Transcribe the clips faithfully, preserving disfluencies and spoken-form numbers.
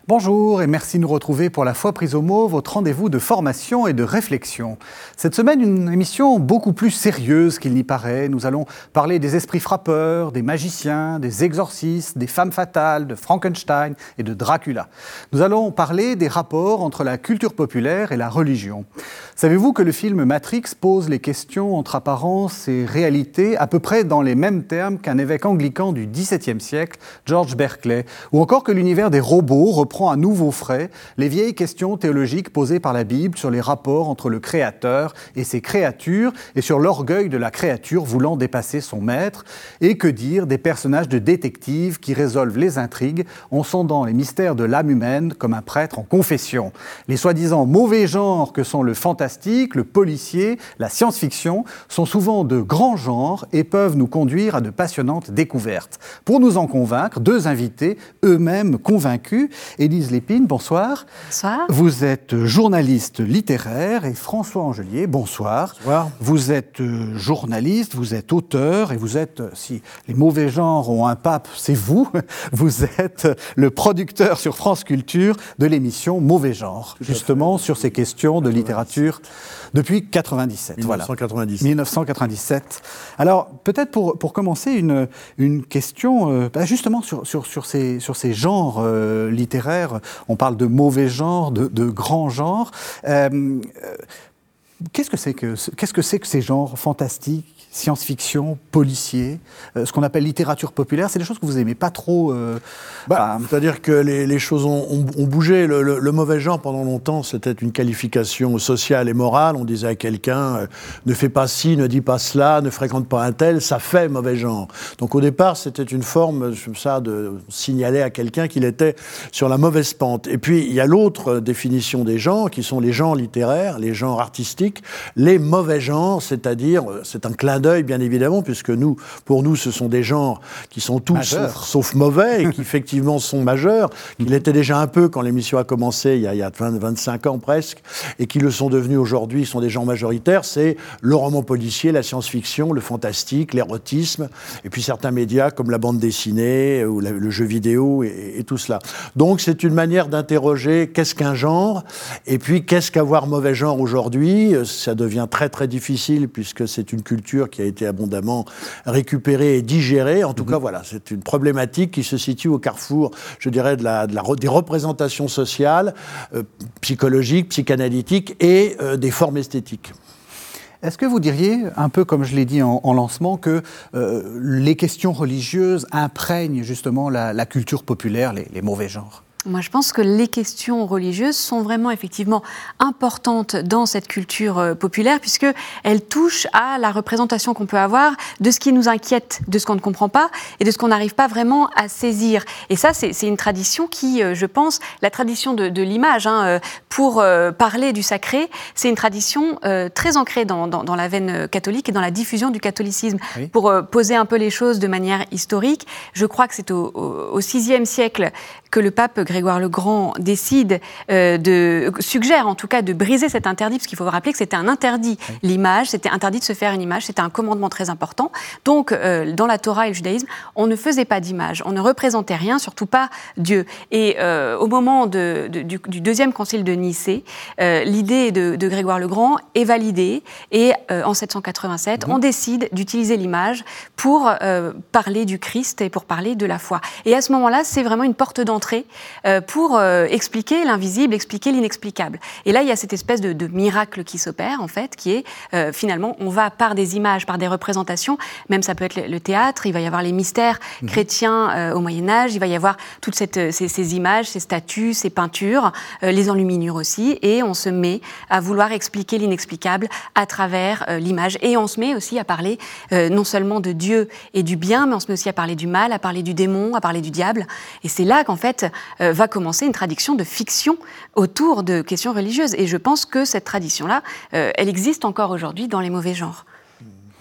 Bonjour et merci de nous retrouver pour La Foi prise au mot, votre rendez-vous de formation et de réflexion. Cette semaine, une émission beaucoup plus sérieuse qu'il n'y paraît. Nous allons parler des esprits frappeurs, des magiciens, des exorcistes, des femmes fatales, de Frankenstein et de Dracula. Nous allons parler des rapports entre la culture populaire et la religion. Savez-vous que le film Matrix pose les questions entre apparence et réalité à peu près dans les mêmes termes qu'un évêque anglican du dix-septième siècle, George Berkeley, ou encore que l'univers des robots reprend à nouveau frais les vieilles questions théologiques posées par la Bible sur les rapports entre le Créateur et ses créatures et sur l'orgueil de la créature voulant dépasser son maître, et que dire des personnages de détectives qui résolvent les intrigues en sondant les mystères de l'âme humaine comme un prêtre en confession. Les soi-disant mauvais genres que sont le fantastique, le policier, la science-fiction sont souvent de grands genres et peuvent nous conduire à de passionnantes découvertes. Pour nous en convaincre, deux invités eux-mêmes convaincus. Élise Lépine, bonsoir. Bonsoir. Vous êtes journaliste littéraire et François Angelier, bonsoir. Bonsoir. Vous êtes journaliste, vous êtes auteur et vous êtes, si les mauvais genres ont un pape, c'est vous. Vous êtes le producteur sur France Culture de l'émission Mauvais Genre, justement sur ces questions de littérature depuis quatre-vingt-dix-sept. mille neuf cent quatre-vingt-dix-sept. Voilà. mille neuf cent quatre-vingt-dix-sept. Alors, peut-être pour, pour commencer, une, une question euh, bah justement sur, sur, sur, ces, sur ces genres euh, littéraires. On parle de mauvais genres, de, de grands genres. Euh, euh, qu'est-ce que c'est que, qu'est-ce que c'est que ces genres fantastiques, science-fiction, policier, euh, ce qu'on appelle littérature populaire? C'est des choses que vous n'aimez pas trop euh, bah, bah... C'est-à-dire que les, les choses ont, ont, ont bougé. Le, le, le mauvais genre, pendant longtemps, c'était une qualification sociale et morale. On disait à quelqu'un euh, ne fais pas ci, ne dis pas cela, ne fréquente pas un tel, ça fait mauvais genre. Donc au départ, c'était une forme ça, de signaler à quelqu'un qu'il était sur la mauvaise pente. Et puis, il y a l'autre définition des genres, qui sont les genres littéraires, les genres artistiques, les mauvais genres, c'est-à-dire, c'est un clin d'œil, bien évidemment, puisque nous, pour nous, ce sont des genres qui sont tous sauf, sauf mauvais et qui effectivement sont majeurs. Ils l'étaient déjà un peu quand l'émission a commencé, il y a, il y a vingt, vingt-cinq ans presque, et qui le sont devenus aujourd'hui, ils sont des genres majoritaires. C'est le roman policier, la science-fiction, le fantastique, l'érotisme, et puis certains médias comme la bande dessinée ou la, le jeu vidéo et, et tout cela. Donc c'est une manière d'interroger qu'est-ce qu'un genre, et puis qu'est-ce qu'avoir mauvais genre aujourd'hui. Ça devient très très difficile puisque c'est une culture qui a été abondamment récupérée et digérée. En tout mmh. cas, voilà, c'est une problématique qui se situe au carrefour, je dirais, de la, de la, des représentations sociales, euh, psychologiques, psychanalytiques et euh, des formes esthétiques. Est-ce que vous diriez, un peu comme je l'ai dit en, en lancement, que euh, les questions religieuses imprègnent justement la, la culture populaire, les, les mauvais genres ? Moi, je pense que les questions religieuses sont vraiment effectivement importantes dans cette culture euh, populaire, puisqu'elles touchent à la représentation qu'on peut avoir de ce qui nous inquiète, de ce qu'on ne comprend pas et de ce qu'on n'arrive pas vraiment à saisir. Et ça, c'est, c'est une tradition qui, euh, je pense, la tradition de, de l'image, hein, euh, pour euh, parler du sacré, c'est une tradition euh, très ancrée dans, dans, dans la veine catholique et dans la diffusion du catholicisme. Oui. Pour euh, poser un peu les choses de manière historique, je crois que c'est au, au, au sixième siècle que le pape Grégoire le Grand décide, euh, de, suggère en tout cas de briser cet interdit, parce qu'il faut rappeler que c'était un interdit. Oui. L'image, c'était interdit de se faire une image, c'était un commandement très important. Donc, euh, dans la Torah et le judaïsme, on ne faisait pas d'image, on ne représentait rien, surtout pas Dieu. Et euh, au moment de, de, du, du deuxième concile de Nicée, euh, l'idée de, de Grégoire le Grand est validée, et euh, en sept cent quatre-vingt-sept, mmh. on décide d'utiliser l'image pour euh, parler du Christ et pour parler de la foi. Et à ce moment-là, c'est vraiment une porte d'entrée euh, pour euh, expliquer l'invisible, expliquer l'inexplicable. Et là, il y a cette espèce de, de miracle qui s'opère, en fait, qui est, euh, finalement, on va par des images, par des représentations, même ça peut être le, le théâtre, il va y avoir les mystères mmh. chrétiens euh, au Moyen-Âge, il va y avoir toutes cette, ces, ces images, ces statues, ces peintures, euh, les enluminures aussi, et on se met à vouloir expliquer l'inexplicable à travers euh, l'image. Et on se met aussi à parler euh, non seulement de Dieu et du bien, mais on se met aussi à parler du mal, à parler du démon, à parler du diable. Et c'est là qu'en fait, euh, va commencer une tradition de fiction autour de questions religieuses. Et je pense que cette tradition-là, euh, elle existe encore aujourd'hui dans les mauvais genres.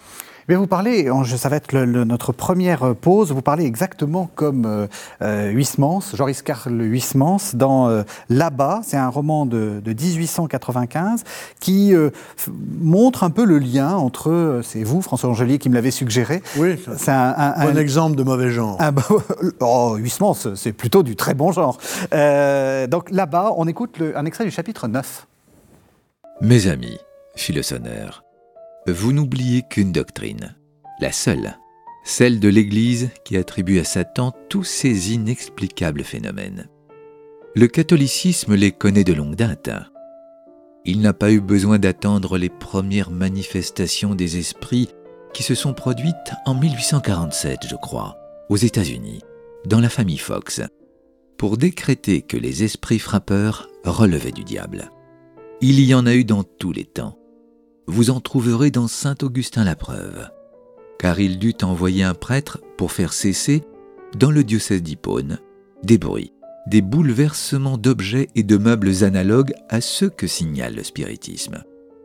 Mais vous parlez, ça va être le, le, notre première pause, vous parlez exactement comme euh, euh, Huysmans, Joris-Karl Huysmans, dans euh, Là-bas, c'est un roman de, de dix-huit cent quatre-vingt-quinze qui euh, f- montre un peu le lien entre, euh, c'est vous François Angelier qui me l'avez suggéré. Oui, c'est un, un, un bon exemple de mauvais genre. Un, oh, Huysmans, c'est plutôt du très bon genre. Euh, donc Là-bas, on écoute le, un extrait du chapitre neuf. Mes amis, fit le sonneur, vous n'oubliez qu'une doctrine, la seule, celle de l'Église qui attribue à Satan tous ces inexplicables phénomènes. Le catholicisme les connaît de longue date. Il n'a pas eu besoin d'attendre les premières manifestations des esprits qui se sont produites en mille huit cent quarante-sept, je crois, aux États-Unis, dans la famille Fox, pour décréter que les esprits frappeurs relevaient du diable. Il y en a eu dans tous les temps. Vous en trouverez dans saint Augustin la preuve, car il dut envoyer un prêtre pour faire cesser, dans le diocèse d'Hippone, des bruits, des bouleversements d'objets et de meubles analogues à ceux que signale le spiritisme.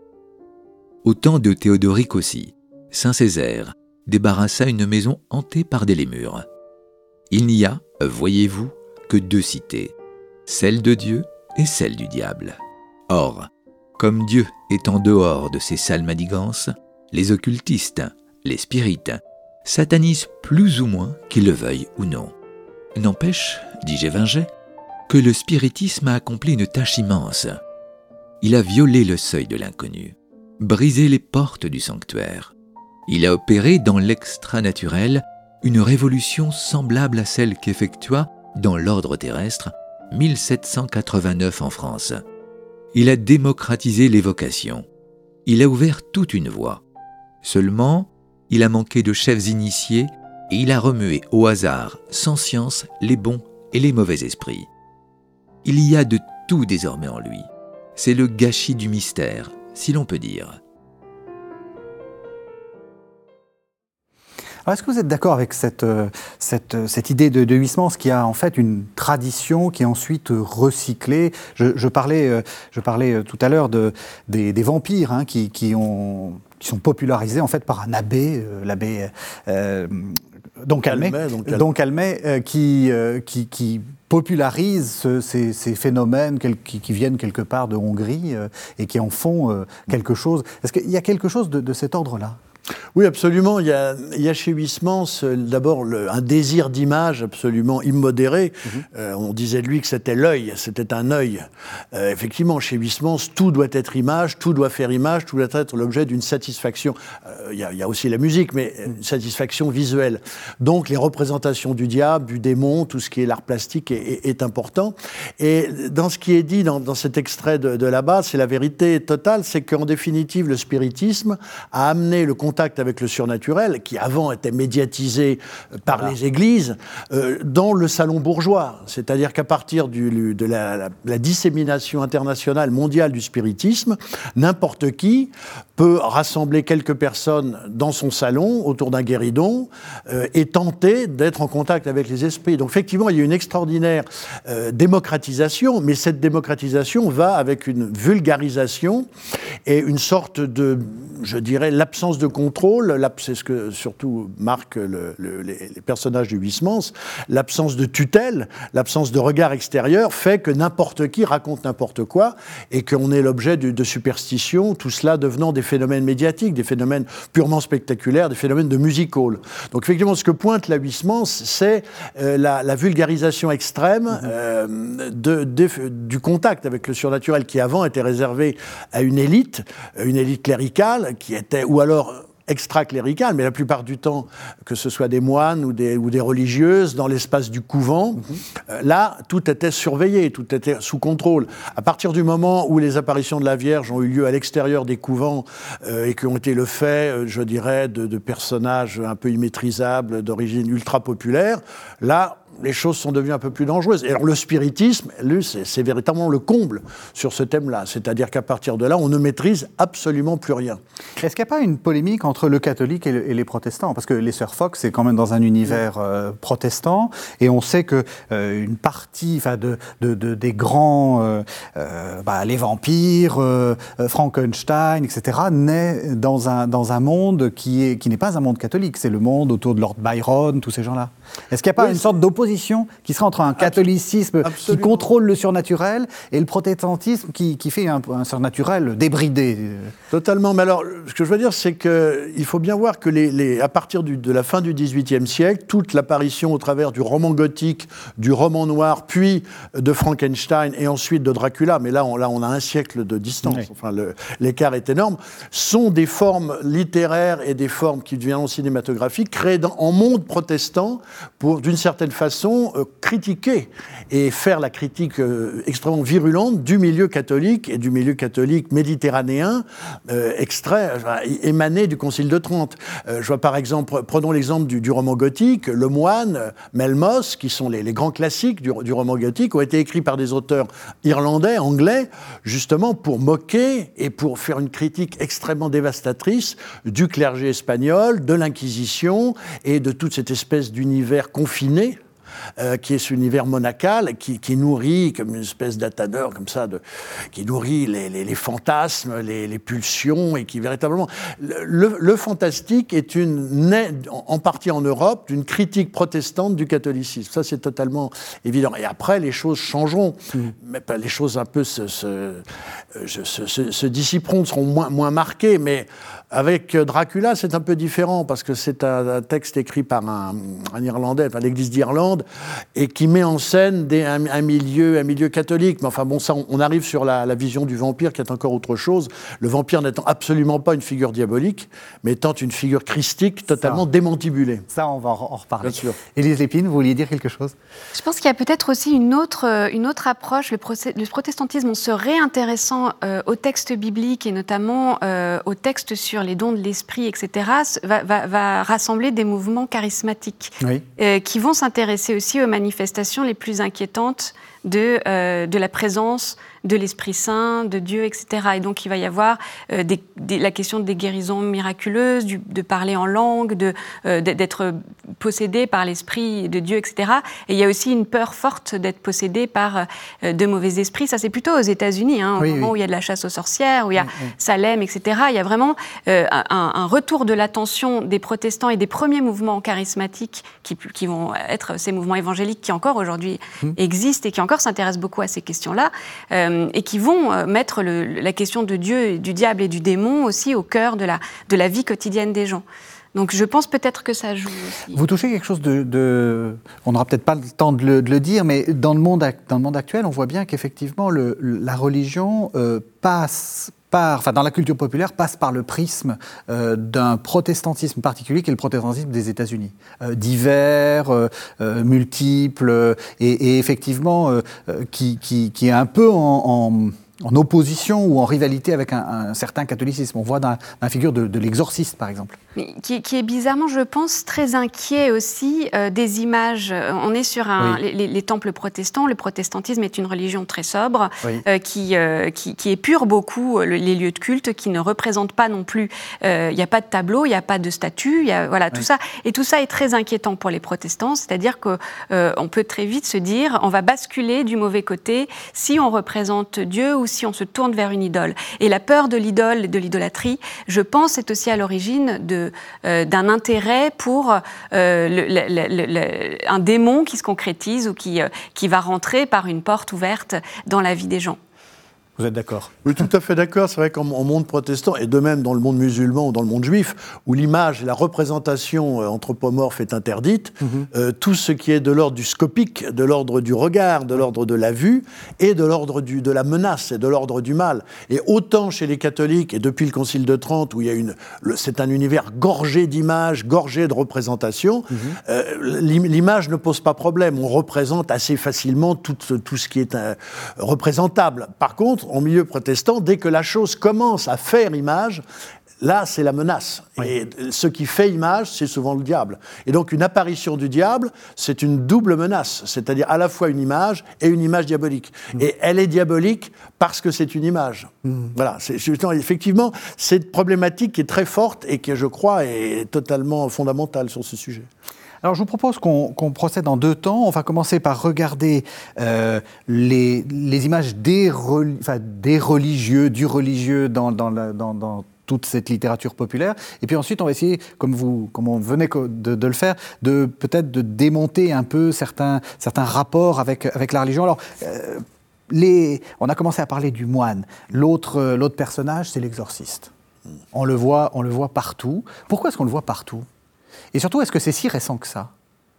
Au temps de Théodoric aussi, saint Césaire débarrassa une maison hantée par des lémures. Il n'y a, voyez-vous, que deux cités, celle de Dieu et celle du diable. Or, comme Dieu est en dehors de ces sales manigances, les occultistes, les spirites, satanisent plus ou moins qu'ils le veuillent ou non. N'empêche, dit Gévingey, que le spiritisme a accompli une tâche immense. Il a violé le seuil de l'inconnu, brisé les portes du sanctuaire. Il a opéré dans l'extra-naturel une révolution semblable à celle qu'effectua dans l'ordre terrestre mille sept cent quatre-vingt-neuf en France. Il a démocratisé l'évocation. Il a ouvert toute une voie. Seulement, il a manqué de chefs initiés et il a remué au hasard, sans science, les bons et les mauvais esprits. Il y a de tout désormais en lui. C'est le gâchis du mystère, si l'on peut dire. Alors, est-ce que vous êtes d'accord avec cette, cette, cette idée de, de Huysmans qui a en fait une tradition qui est ensuite recyclée? Je, je, parlais, je parlais tout à l'heure de, des, des vampires hein, qui, qui, ont, qui sont popularisés en fait par un abbé, euh, l'abbé euh, Don Calmet, Don Calmet euh, qui, euh, qui, qui popularise ce, ces, ces phénomènes qui, qui viennent quelque part de Hongrie euh, et qui en font euh, quelque chose. Est-ce qu'il y a quelque chose de, de cet ordre-là? Oui, absolument. Il y a, il y a chez Huysmans d'abord le, un désir d'image absolument immodéré. Mmh. Euh, on disait de lui que c'était l'œil, c'était un œil. Euh, effectivement, chez Huysmans, tout doit être image, tout doit faire image, tout doit être l'objet d'une satisfaction. Euh, il y a, il y a aussi la musique, mais une satisfaction visuelle. Donc, les représentations du diable, du démon, tout ce qui est l'art plastique est, est, est important. Et dans ce qui est dit dans, dans cet extrait de, de là-bas, c'est la vérité totale, c'est qu'en définitive, le spiritisme a amené le contact avec le surnaturel, qui avant était médiatisé par voilà. les églises, euh, dans le salon bourgeois. C'est-à-dire qu'à partir du, de la, la, la dissémination internationale mondiale du spiritisme, n'importe qui peut rassembler quelques personnes dans son salon, autour d'un guéridon, euh, et tenter d'être en contact avec les esprits. Donc effectivement, il y a une extraordinaire euh, démocratisation, mais cette démocratisation va avec une vulgarisation et une sorte de, je dirais, l'absence de contrôle, c'est ce que surtout marquent le, le, les, les personnages de Huysmans, l'absence de tutelle, l'absence de regard extérieur fait que n'importe qui raconte n'importe quoi et qu'on est l'objet de, de superstitions, tout cela devenant des phénomènes médiatiques, des phénomènes purement spectaculaires, des phénomènes de music hall. Donc effectivement, ce que pointe la Huysmans, c'est euh, la, la vulgarisation extrême mmh. euh, de, de, du contact avec le surnaturel qui avant était réservé à une élite, une élite cléricale qui était, ou alors extra-cléricale, mais la plupart du temps, que ce soit des moines ou des, ou des religieuses, dans l'espace du couvent, mmh. euh, là, tout était surveillé, tout était sous contrôle. À partir du moment où les apparitions de la Vierge ont eu lieu à l'extérieur des couvents euh, et qui ont été le fait, euh, je dirais, de, de personnages un peu immaîtrisables, d'origine ultra-populaire, là, les choses sont devenues un peu plus dangereuses. Et alors le spiritisme, lui, c'est, c'est véritablement le comble sur ce thème-là. C'est-à-dire qu'à partir de là, on ne maîtrise absolument plus rien. Est-ce qu'il n'y a pas une polémique entre le catholique et, le, et les protestants ? Parce que les sœurs Fox, c'est quand même dans un univers euh, protestant, et on sait que euh, une partie, enfin, de, de, de, des grands, euh, euh, bah, les vampires, euh, Frankenstein, et cetera, naît dans un dans un monde qui est qui n'est pas un monde catholique. C'est le monde autour de Lord Byron, tous ces gens-là. Est-ce qu'il n'y a pas oui, une sorte d'opposition qui serait entre un catholicisme Absolument. qui contrôle le surnaturel et le protestantisme qui, qui fait un, un surnaturel débridé ? Totalement. Mais alors, ce que je veux dire, c'est qu'il faut bien voir que les, les, à partir du, de la fin du dix-huitième siècle, toute l'apparition au travers du roman gothique, du roman noir, puis de Frankenstein et ensuite de Dracula, mais là on, là, on a un siècle de distance, oui. enfin, le, l'écart est énorme, sont des formes littéraires et des formes qui deviennent cinématographiques créées dans, en monde protestant pour, d'une certaine façon, euh, critiquer et faire la critique euh, extrêmement virulente du milieu catholique et du milieu catholique méditerranéen, euh, extrait, euh, émané du Concile de Trente. Euh, je vois par exemple, prenons l'exemple du, du roman gothique, Le Moine, euh, Melmoth, qui sont les, les grands classiques du, du roman gothique, ont été écrits par des auteurs irlandais, anglais, justement pour moquer et pour faire une critique extrêmement dévastatrice du clergé espagnol, de l'Inquisition et de toute cette espèce d'univers confiné, euh, qui est cet univers monacal, qui, qui nourrit, comme une espèce d'attaneur, comme ça, de, qui nourrit les, les, les fantasmes, les, les pulsions, et qui véritablement... Le, le fantastique est une, naît en partie en Europe, d'une critique protestante du catholicisme. Ça, c'est totalement évident. Et après, les choses changeront. Mmh. Mais les choses un peu se, se, se, se, se dissiperont, seront moins, moins marquées, mais... Avec Dracula, c'est un peu différent, parce que c'est un, un texte écrit par un, un Irlandais, enfin l'Église d'Irlande, et qui met en scène des, un, un, milieu, un milieu catholique. Mais enfin bon, ça, on, on arrive sur la, la vision du vampire, qui est encore autre chose. Le vampire n'étant absolument pas une figure diabolique, mais étant une figure christique totalement ça, démantibulée. Ça, on va en reparler. Bien sûr. Élise Lépine, vous vouliez dire quelque chose ? Je pense qu'il y a peut-être aussi une autre, une autre approche. Le, procé- le protestantisme, en se réintéressant euh, aux textes bibliques, et notamment euh, aux textes sur les dons de l'esprit, et cetera, va, va, va rassembler des mouvements charismatiques oui. euh, qui vont s'intéresser aussi aux manifestations les plus inquiétantes de, euh, de la présence de l'Esprit Saint, de Dieu, et cetera. Et donc, il va y avoir euh, des, des, la question des guérisons miraculeuses, du, de parler en langue, de, euh, d'être possédé par l'Esprit de Dieu, et cetera. Et il y a aussi une peur forte d'être possédé par euh, de mauvais esprits. Ça, c'est plutôt aux États-Unis, hein, oui, au moment oui. où il y a de la chasse aux sorcières, où il y a oui, oui. Salem, et cetera. Il y a vraiment euh, un, un retour de l'attention des protestants et des premiers mouvements charismatiques qui, qui vont être ces mouvements évangéliques qui encore aujourd'hui mmh. existent et qui encore s'intéressent beaucoup à ces questions-là. Euh, et qui vont mettre le, la question de Dieu, du diable et du démon aussi au cœur de la, de la vie quotidienne des gens. Donc je pense peut-être que ça joue aussi. Vous touchez quelque chose de... de on n'aura peut-être pas le temps de le, de le dire, mais dans le monde, dans le monde actuel, on voit bien qu'effectivement, le, la religion euh, passe... Par, enfin, dans la culture populaire, passe par le prisme euh, d'un protestantisme particulier qui est le protestantisme des États-Unis. Euh, divers, euh, euh, multiples, et, et effectivement, euh, qui, qui, qui est un peu en... en en opposition ou en rivalité avec un, un certain catholicisme. On voit dans, dans la figure de, de l'exorciste, par exemple. Mais qui, qui est bizarrement, je pense, très inquiet aussi euh, des images. On est sur un, oui. les, les temples protestants. Le protestantisme est une religion très sobre, oui. euh, qui, euh, qui, qui épure beaucoup le, les lieux de culte, qui ne représente pas non plus... Il euh, n'y a pas de tableau, il n'y a pas de statue, y a, voilà, oui. tout ça. Et tout ça est très inquiétant pour les protestants, c'est-à-dire qu'on euh, peut très vite se dire on va basculer du mauvais côté si on représente Dieu ou si on se tourne vers une idole. Et la peur de l'idole, de l'idolâtrie, je pense, est aussi à l'origine de, euh, d'un intérêt pour euh, le, le, le, le, un démon qui se concrétise ou qui, euh, qui va rentrer par une porte ouverte dans la vie des gens. Vous êtes d'accord ? Oui, tout à fait d'accord. C'est vrai qu'en monde protestant, et de même dans le monde musulman ou dans le monde juif, où l'image et la représentation anthropomorphe est interdite, mm-hmm. euh, tout ce qui est de l'ordre du scopique, de l'ordre du regard, de l'ordre de la vue, et de l'ordre du, de la menace et de l'ordre du mal. Et autant chez les catholiques, et depuis le Concile de Trente, où il y a une, le, c'est un univers gorgé d'images, gorgé de représentations, mm-hmm. euh, l'image ne pose pas problème. On représente assez facilement tout, tout ce qui est euh, représentable. Par contre, en milieu protestant, dès que la chose commence à faire image, Là, c'est la menace. Oui. Et ce qui fait image, c'est souvent le diable. Et donc, une apparition du diable, c'est une double menace. C'est-à-dire à la fois une image et une image diabolique. Mmh. Et elle est diabolique parce que c'est une image. Mmh. Voilà. C'est, effectivement, c'est une problématique qui est très forte et qui, je crois, est totalement fondamentale sur ce sujet. Alors, je vous propose qu'on, qu'on procède en deux temps. On va commencer par regarder euh, les, les images des, reli- enfin, des religieux, du religieux dans, dans, la, dans, dans toute cette littérature populaire. Et puis ensuite, on va essayer, comme, vous, comme on venait de, de le faire, de peut-être de démonter un peu certains, certains rapports avec, avec la religion. Alors, euh, les, on a commencé à parler du moine. L'autre, l'autre personnage, c'est l'exorciste. On le voit, on le voit partout. Pourquoi est-ce qu'on le voit partout ? Et surtout, est-ce que c'est si récent que ça ?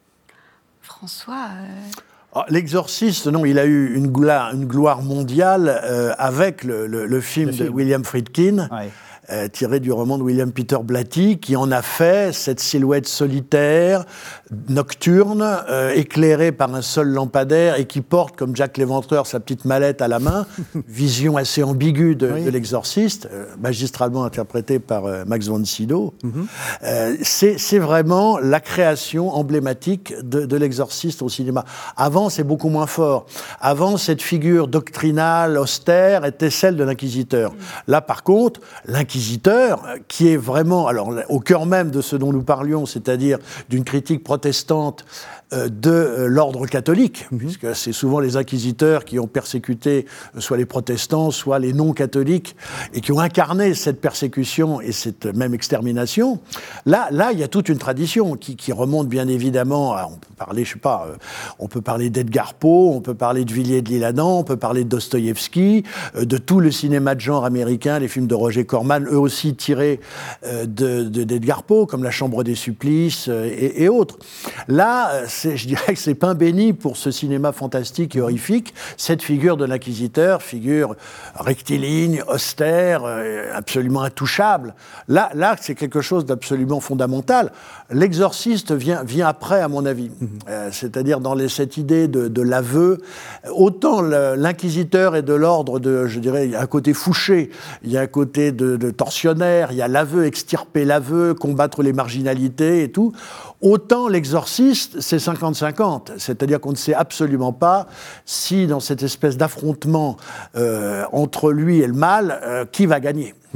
François... Euh... Ah, l'exorciste, non, il a eu une gloire, une gloire mondiale euh, avec le, le, le, film le film de William Friedkin. Ouais. Euh, tiré du roman de William Peter Blatty, qui en a fait cette silhouette solitaire, nocturne, euh, éclairée par un seul lampadaire et qui porte, comme Jack l'Éventreur, sa petite mallette à la main. Vision assez ambiguë de, oui. de l'exorciste, euh, magistralement interprétée par euh, Max von Sydow. Mm-hmm. Euh, c'est, c'est vraiment la création emblématique de, de l'exorciste au cinéma. Avant, c'est beaucoup moins fort. Avant, cette figure doctrinale, austère, était celle de l'inquisiteur. Là, par contre, l'inquisiteur, qui est vraiment, alors, au cœur même de ce dont nous parlions, c'est-à-dire d'une critique protestante euh, de euh, l'ordre catholique, mmh. puisque c'est souvent les inquisiteurs qui ont persécuté euh, soit les protestants, soit les non-catholiques, et qui ont incarné cette persécution et cette même extermination. Là, là, il y a toute une tradition qui, qui remonte bien évidemment à, on peut parler, je sais pas, euh, on peut parler d'Edgar Poe, on peut parler de Villiers de l'Isle-Adam, on peut parler de Dostoïevski, euh, de tout le cinéma de genre américain, les films de Roger Corman, eux aussi tirés euh, de, de, d'Edgar Poe, comme La Chambre des supplices euh, et, et autres. Là, c'est, je dirais que c'est pain béni pour ce cinéma fantastique et horrifique, cette figure de l'inquisiteur, figure rectiligne, austère, euh, absolument intouchable. Là, là, c'est quelque chose d'absolument fondamental. L'exorciste vient, vient après, à mon avis. Mmh. Euh, c'est-à-dire dans les, cette idée de, de l'aveu. Autant le, l'inquisiteur est de l'ordre de, je dirais, il y a un côté Fouché, il y a un côté de, de tortionnaire, il y a l'aveu, extirper l'aveu, combattre les marginalités et tout. Autant l'exorciste, c'est cinquante cinquante. C'est-à-dire qu'on ne sait absolument pas si, dans cette espèce d'affrontement euh, entre lui et le mal, euh, qui va gagner. Mmh.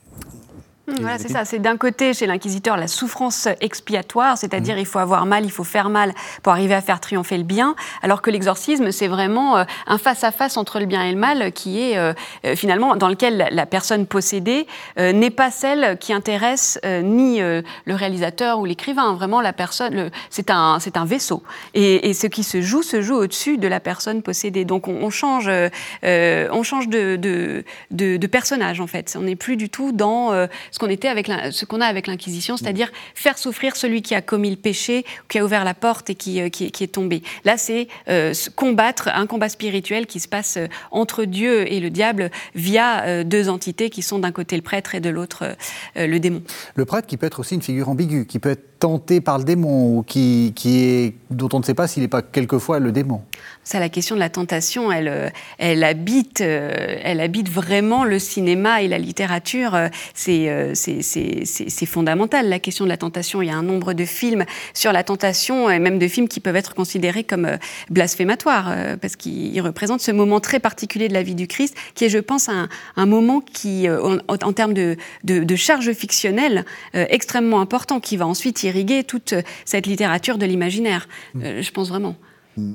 Voilà, c'est ça. C'est d'un côté, chez l'inquisiteur, la souffrance expiatoire, c'est-à-dire mmh. il faut avoir mal, il faut faire mal pour arriver à faire triompher le bien, alors que l'exorcisme, c'est vraiment euh, un face-à-face entre le bien et le mal qui est euh, euh, finalement dans lequel la, la personne possédée euh, n'est pas celle qui intéresse euh, ni euh, le réalisateur ou l'écrivain. Vraiment, la personne, le, c'est, un, c'est un vaisseau. Et, et ce qui se joue, se joue au-dessus de la personne possédée. Donc on, on change, euh, on change de, de, de, de personnage, en fait. On n'est plus du tout dans... Euh, ce qu'on était avec la, ce qu'on a avec l'Inquisition, c'est-à-dire faire souffrir celui qui a commis le péché, qui a ouvert la porte et qui, qui, qui est tombé. Là, c'est euh, combattre un combat spirituel qui se passe entre Dieu et le diable via euh, deux entités qui sont d'un côté le prêtre et de l'autre euh, le démon. Le prêtre qui peut être aussi une figure ambiguë, qui peut être tenté par le démon ou qui, qui est, dont on ne sait pas s'il n'est pas quelquefois le démon. Ça, la question de la tentation, elle, elle, habite, elle habite vraiment le cinéma et la littérature. C'est, c'est, c'est, c'est, c'est fondamental, la question de la tentation. Il y a un nombre de films sur la tentation, et même de films qui peuvent être considérés comme blasphématoires, parce qu'ils représentent ce moment très particulier de la vie du Christ, qui est, je pense, un, un moment qui, en, en termes de, de, de charge fictionnelle, euh, extrêmement important, qui va ensuite irriguer toute cette littérature de l'imaginaire. Euh, je pense vraiment. Mmh.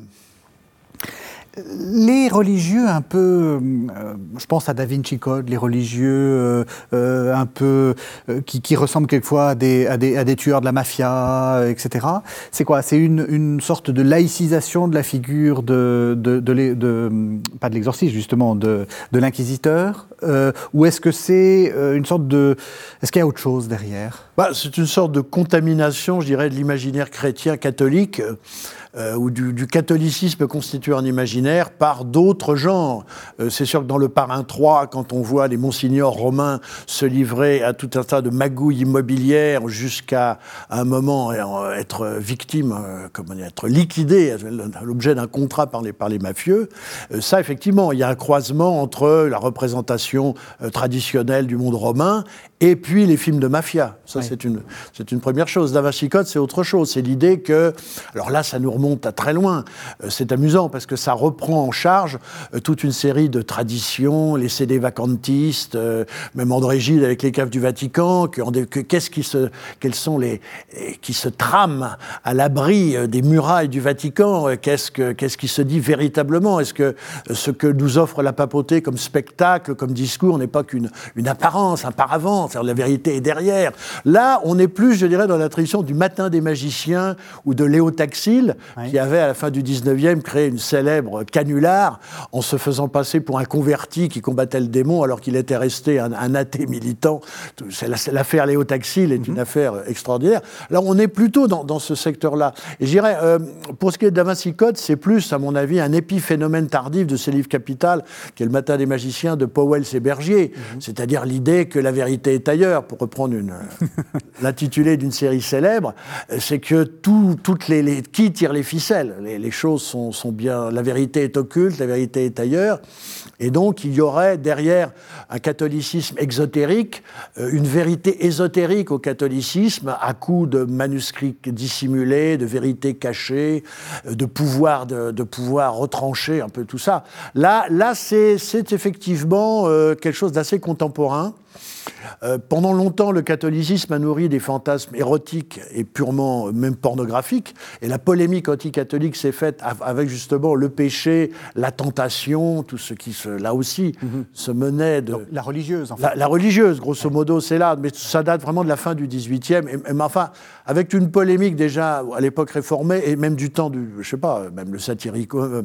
Les religieux un peu, euh, je pense à Da Vinci Code, les religieux euh, euh, un peu euh, qui, qui ressemblent quelquefois à des, à, des, à des tueurs de la mafia, et cetera. C'est quoi ? C'est une, une sorte de laïcisation de la figure de, de, de, de, de pas de l'exorciste justement, de, de l'inquisiteur, euh, ou est-ce que c'est une sorte de, est-ce qu'il y a autre chose derrière ? Bah, c'est une sorte de contamination, je dirais, de l'imaginaire chrétien catholique. Euh, ou du, du catholicisme constitué en imaginaire par d'autres genres. Euh, c'est sûr que dans le Parrain trois, quand on voit les monsignors romains se livrer à tout un tas de magouilles immobilières jusqu'à un moment être victime, euh, comment dire, être liquidé à l'objet d'un contrat par les, par les mafieux, euh, ça effectivement, il y a un croisement entre la représentation euh, traditionnelle du monde romain Et puis les films de mafia, ça oui. c'est une, c'est une première chose. Da Vinci Code, c'est autre chose. C'est l'idée que, alors là, ça nous remonte à très loin. Euh, c'est amusant parce que ça reprend en charge euh, toute une série de traditions, les C D vacantistes, euh, même André Gide avec les caves du Vatican. Que, que, qu'est-ce qui se, quels sont les qui se trament à l'abri euh, des murailles du Vatican? Qu'est-ce que, qu'est-ce qui se dit véritablement? Est-ce que euh, ce que nous offre la papauté comme spectacle, comme discours, n'est pas qu'une une apparence, un paravent? C'est-à-dire la vérité est derrière. Là, on est plus, je dirais, dans la tradition du Matin des magiciens ou de Léo Taxil, oui. qui avait, à la fin du dix-neuvième, créé une célèbre canular en se faisant passer pour un converti qui combattait le démon alors qu'il était resté un, un athée militant. C'est la, l'affaire Léo Taxil est mm-hmm. une affaire extraordinaire. Là, on est plutôt dans, dans ce secteur-là. Et je dirais, euh, pour ce qui est de Da Vinci Code, c'est plus, à mon avis, un épiphénomène tardif de ce livre capital, qui est le Matin des magiciens de Powell et Bergier. Mm-hmm. C'est-à-dire l'idée que la vérité est ailleurs, pour reprendre une, l'intitulé d'une série célèbre, c'est que tout, toutes les, les, qui tire les ficelles? Les, les choses sont, sont bien... La vérité est occulte, la vérité est ailleurs. Et donc, il y aurait derrière un catholicisme exotérique, euh, une vérité ésotérique au catholicisme, à coup de manuscrits dissimulés, de vérités cachées, de pouvoir, de, de pouvoir retrancher un peu tout ça. Là, là c'est, c'est effectivement euh, quelque chose d'assez contemporain. Euh, pendant longtemps, le catholicisme a nourri des fantasmes érotiques et purement, même pornographiques. Et la polémique anti-catholique s'est faite avec justement le péché, la tentation, tout ce qui, se, là aussi, mm-hmm. se menait de... Donc, la religieuse, en fait. La, la religieuse, grosso modo, c'est là. Mais ça date vraiment de la fin du dix-huitième. Et, et, enfin, avec une polémique déjà à l'époque réformée, et même du temps du... Je sais pas, même le satirico... Euh,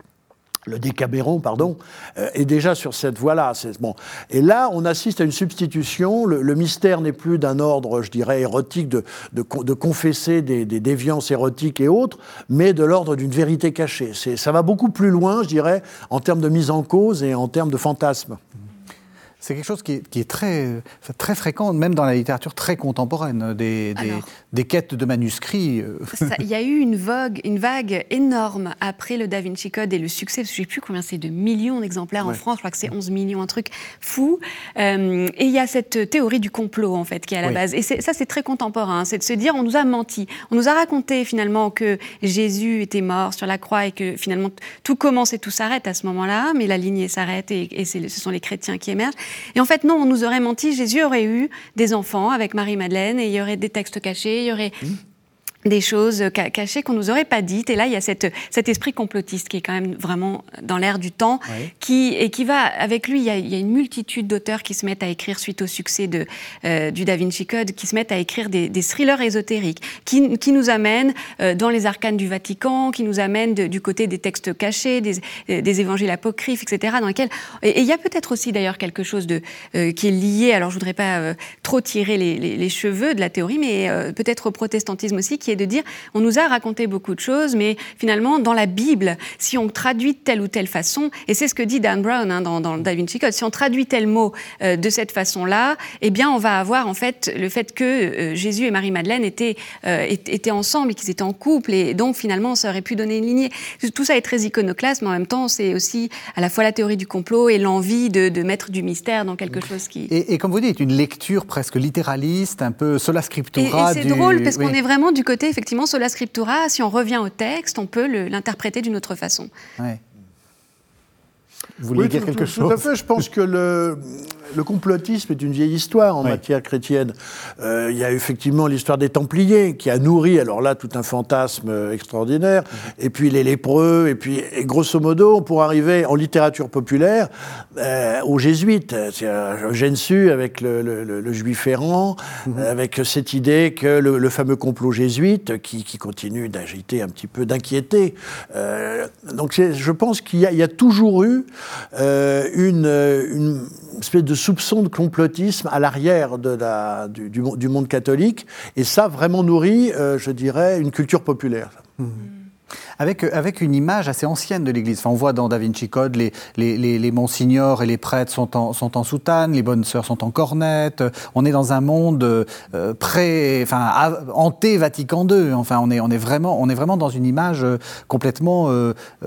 le Décabéron, pardon, euh, est déjà sur cette voie-là. C'est, bon. Et là, on assiste à une substitution. Le, le mystère n'est plus d'un ordre, je dirais, érotique, de, de, de confesser des, des déviances érotiques et autres, mais de l'ordre d'une vérité cachée. C'est, ça va beaucoup plus loin, je dirais, en termes de mise en cause et en termes de fantasme. C'est quelque chose qui est, qui est très, très fréquent, même dans la littérature très contemporaine, des, des, Alors, des quêtes de manuscrits. Il y a eu une vague, une vague énorme après le Da Vinci Code et le succès, parce que je ne sais plus combien c'est, de millions d'exemplaires ouais. en France, je crois que c'est onze millions, un truc fou. Euh, et il y a cette théorie du complot, en fait, qui est à la oui. base. Et c'est, ça, c'est très contemporain, hein, c'est de se dire, on nous a menti. On nous a raconté, finalement, que Jésus était mort sur la croix et que, finalement, tout commence et tout s'arrête à ce moment-là, mais la lignée s'arrête et, et c'est, ce sont les chrétiens qui émergent. Et en fait, non, on nous aurait menti. Jésus aurait eu des enfants avec Marie-Madeleine et il y aurait des textes cachés, il y aurait... Mmh. des choses cachées qu'on ne nous aurait pas dites. Et là, il y a cette, cet esprit complotiste qui est quand même vraiment dans l'air du temps, oui. qui, et qui va, avec lui, il y, a, il y a une multitude d'auteurs qui se mettent à écrire, suite au succès de, euh, du Da Vinci Code, qui se mettent à écrire des, des thrillers ésotériques, qui, qui nous amènent euh, dans les arcanes du Vatican, qui nous amènent de, du côté des textes cachés, des, des évangiles apocryphes, et cetera, dans lesquels... Et, et il y a peut-être aussi, d'ailleurs, quelque chose de, euh, qui est lié, alors je ne voudrais pas euh, trop tirer les, les, les cheveux de la théorie, mais euh, peut-être au protestantisme aussi, qui est de dire, on nous a raconté beaucoup de choses, mais finalement, dans la Bible, si on traduit de telle ou telle façon, et c'est ce que dit Dan Brown hein, dans, dans Da Vinci Code, si on traduit tel mot euh, de cette façon-là, eh bien, on va avoir en fait le fait que euh, Jésus et Marie-Madeleine étaient, euh, étaient ensemble et qu'ils étaient en couple, et donc finalement, ça aurait pu donner une lignée. Tout ça est très iconoclaste, mais en même temps, c'est aussi à la fois la théorie du complot et l'envie de, de mettre du mystère dans quelque chose qui... Et, et comme vous dites, une lecture presque littéraliste, un peu sola scriptura. Et, et c'est du... drôle, parce oui. qu'on est vraiment du côté, effectivement, sola scriptura. Si on revient au texte, on peut le, l'interpréter d'une autre façon. Ouais. Vous voulez oui, dire tout, quelque tout, chose? Tout à fait. Je pense que le, le complotisme est une vieille histoire en oui. matière chrétienne. Euh, il y a effectivement l'histoire des Templiers qui a nourri, alors là, tout un fantasme extraordinaire. Mm-hmm. Et puis les lépreux. Et puis, et grosso modo, on pourrait arriver en littérature populaire euh, aux Jésuites. C'est Eugène Sue avec le, le, le, le juif errant, mm-hmm. avec cette idée que le, le fameux complot jésuite qui, qui continue d'agiter un petit peu, d'inquiéter. Euh, donc, c'est, je pense qu'il y a, il y a toujours eu Euh, une, une espèce de soupçon de complotisme à l'arrière de la, du, du, du monde catholique, et ça vraiment nourrit, euh, je dirais, une culture populaire. Mmh. Avec, avec une image assez ancienne de l'Église. Enfin, on voit dans Da Vinci Code, les, les, les, les monsignors et les prêtres sont en, sont en soutane, les bonnes sœurs sont en cornette. On est dans un monde euh, pré, enfin, hanté Vatican deux. Enfin, on est, on est vraiment, on est vraiment dans une image complètement euh, euh,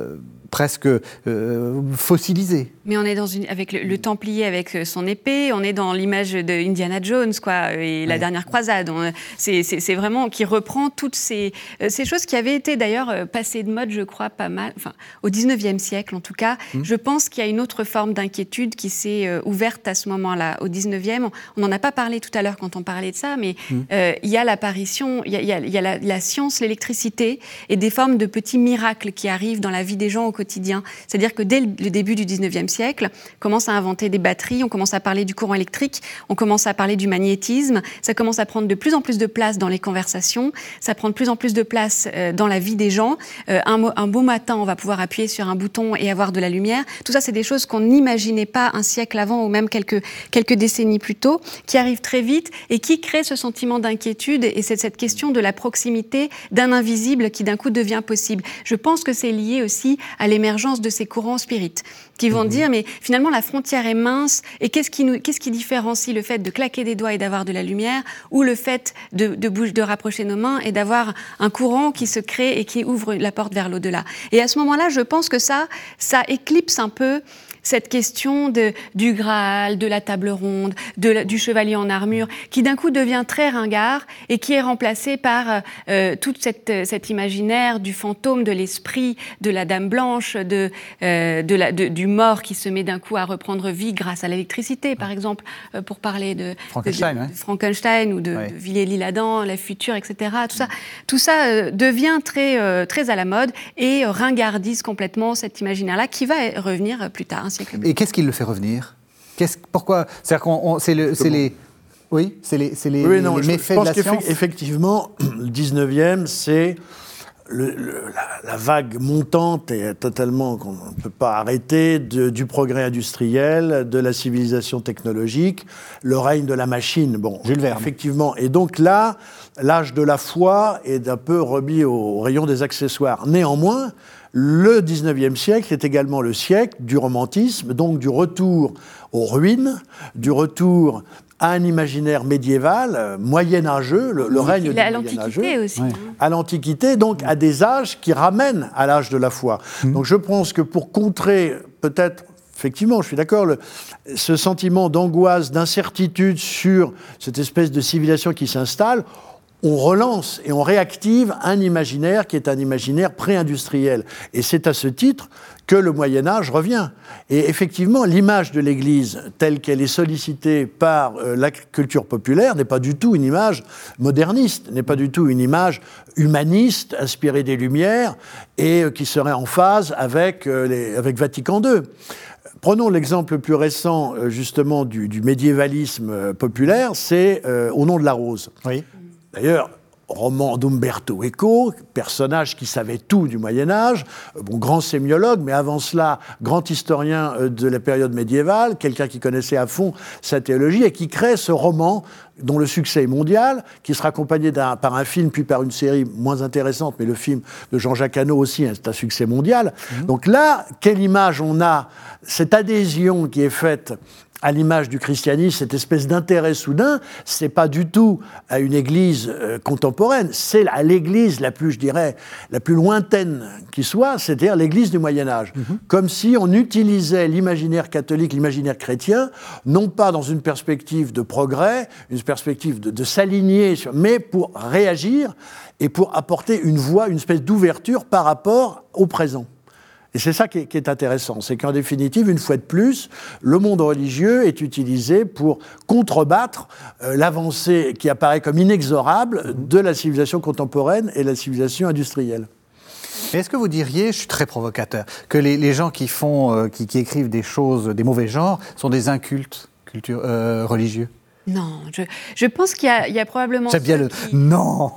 presque euh, fossilisé. Mais on est dans une, avec le, le Templier avec son épée, on est dans l'image de Indiana Jones, quoi, et la ouais. dernière croisade. On, c'est, c'est, c'est vraiment qui reprend toutes ces, ces choses qui avaient été d'ailleurs passées de mode, je crois, pas mal, enfin, au dix-neuvième siècle en tout cas. Mmh. Je pense qu'il y a une autre forme d'inquiétude qui s'est euh, ouverte à ce moment-là, au dix-neuvième. On n'en a pas parlé tout à l'heure quand on parlait de ça, mais mmh. euh, il y a l'apparition, il y a, il y a, il y a la, la science, l'électricité et des formes de petits miracles qui arrivent dans la vie des gens au quotidien. C'est-à-dire que dès le début du dix-neuvième siècle, on commence à inventer des batteries, on commence à parler du courant électrique, on commence à parler du magnétisme, ça commence à prendre de plus en plus de place dans les conversations, ça prend de plus en plus de place euh, dans la vie des gens. Euh, un, un beau matin, on va pouvoir appuyer sur un bouton et avoir de la lumière. Tout ça, c'est des choses qu'on n'imaginait pas un siècle avant ou même quelques, quelques décennies plus tôt, qui arrivent très vite et qui créent ce sentiment d'inquiétude et c'est cette question de la proximité d'un invisible qui d'un coup devient possible. Je pense que c'est lié aussi à l'émergence de ces courants spirites qui vont mmh. dire, mais finalement la frontière est mince et qu'est-ce qui, nous, qu'est-ce qui différencie le fait de claquer des doigts et d'avoir de la lumière ou le fait de, de, bouger, de rapprocher nos mains et d'avoir un courant qui se crée et qui ouvre la porte vers l'au-delà. Et à ce moment-là, je pense que ça, ça éclipse un peu cette question de, du Graal, de la table ronde, de la, du chevalier en armure, qui d'un coup devient très ringard et qui est remplacé par euh, toute cette, cet imaginaire du fantôme, de l'esprit, de la dame blanche, de, euh, de la, de, du mort qui se met d'un coup à reprendre vie grâce à l'électricité, par exemple, euh, pour parler de Frankenstein, de, de, ouais. de Frankenstein ou de, ouais. de Villiers-l'Isle-Adam, la future, et cetera. Tout ça, tout ça euh, devient très, euh, très à la mode et euh, ringardise complètement cet imaginaire-là qui va revenir plus tard. Et qu'est-ce qui le fait revenir ? Qu'est-ce, Pourquoi ? C'est-à-dire qu'on, on, c'est, le, c'est les, oui, c'est les, c'est les, oui, non, les méfaits je de la pense science. Effectivement, le dix-neuvième, c'est le, le, la, la vague montante et totalement qu'on ne peut pas arrêter de, du progrès industriel, de la civilisation technologique, le règne de la machine. Bon, Jules Verne. Effectivement. Et donc là, l'âge de la foi est un peu remis au, au rayon des accessoires. Néanmoins, le dix-neuvième siècle est également le siècle du romantisme, donc du retour aux ruines, du retour à un imaginaire médiéval, euh, moyenâgeux, le, le règne du moyenâgeux, aussi. Ouais. À l'Antiquité, donc à des âges qui ramènent à l'âge de la foi. Mmh. Donc je pense que pour contrer, peut-être, effectivement, je suis d'accord, le, ce sentiment d'angoisse, d'incertitude sur cette espèce de civilisation qui s'installe, on relance et on réactive un imaginaire qui est un imaginaire pré-industriel. Et c'est à ce titre que le Moyen-Âge revient. Et effectivement, l'image de l'Église, telle qu'elle est sollicitée par euh, la culture populaire, n'est pas du tout une image moderniste, n'est pas du tout une image humaniste, inspirée des Lumières, et euh, qui serait en phase avec, euh, les, avec Vatican deux. Prenons l'exemple le plus récent, euh, justement, du, du médiévalisme euh, populaire, c'est euh, Au nom de la rose. Oui. D'ailleurs, roman d'Umberto Eco, personnage qui savait tout du Moyen-Âge, bon, grand sémiologue, mais avant cela, grand historien de la période médiévale, quelqu'un qui connaissait à fond sa théologie et qui crée ce roman dont le succès est mondial, qui sera accompagné d'un, par un film puis par une série moins intéressante, mais le film de Jean-Jacques Hano aussi, hein, c'est un succès mondial. Mmh. Donc là, quelle image on a, cette adhésion qui est faite à l'image du christianisme, cette espèce d'intérêt soudain, c'est pas du tout à une église euh, contemporaine, c'est à l'église la plus, je dirais, la plus lointaine qui soit, c'est-à-dire l'église du Moyen-Âge. Mm-hmm. Comme si on utilisait l'imaginaire catholique, l'imaginaire chrétien, non pas dans une perspective de progrès, une perspective de, de s'aligner, sur, mais pour réagir et pour apporter une voix, une espèce d'ouverture par rapport au présent. Et c'est ça qui est, qui est intéressant, c'est qu'en définitive, une fois de plus, le monde religieux est utilisé pour contrebattre euh, l'avancée qui apparaît comme inexorable de la civilisation contemporaine et la civilisation industrielle. Mais est-ce que vous diriez, je suis très provocateur, que les, les gens qui font, euh, qui, qui écrivent des choses, des mauvais genres, sont des incultes culture, euh, religieux ? Non, je, je pense qu'il y a, il y a probablement... C'est bien le... Qui... Non.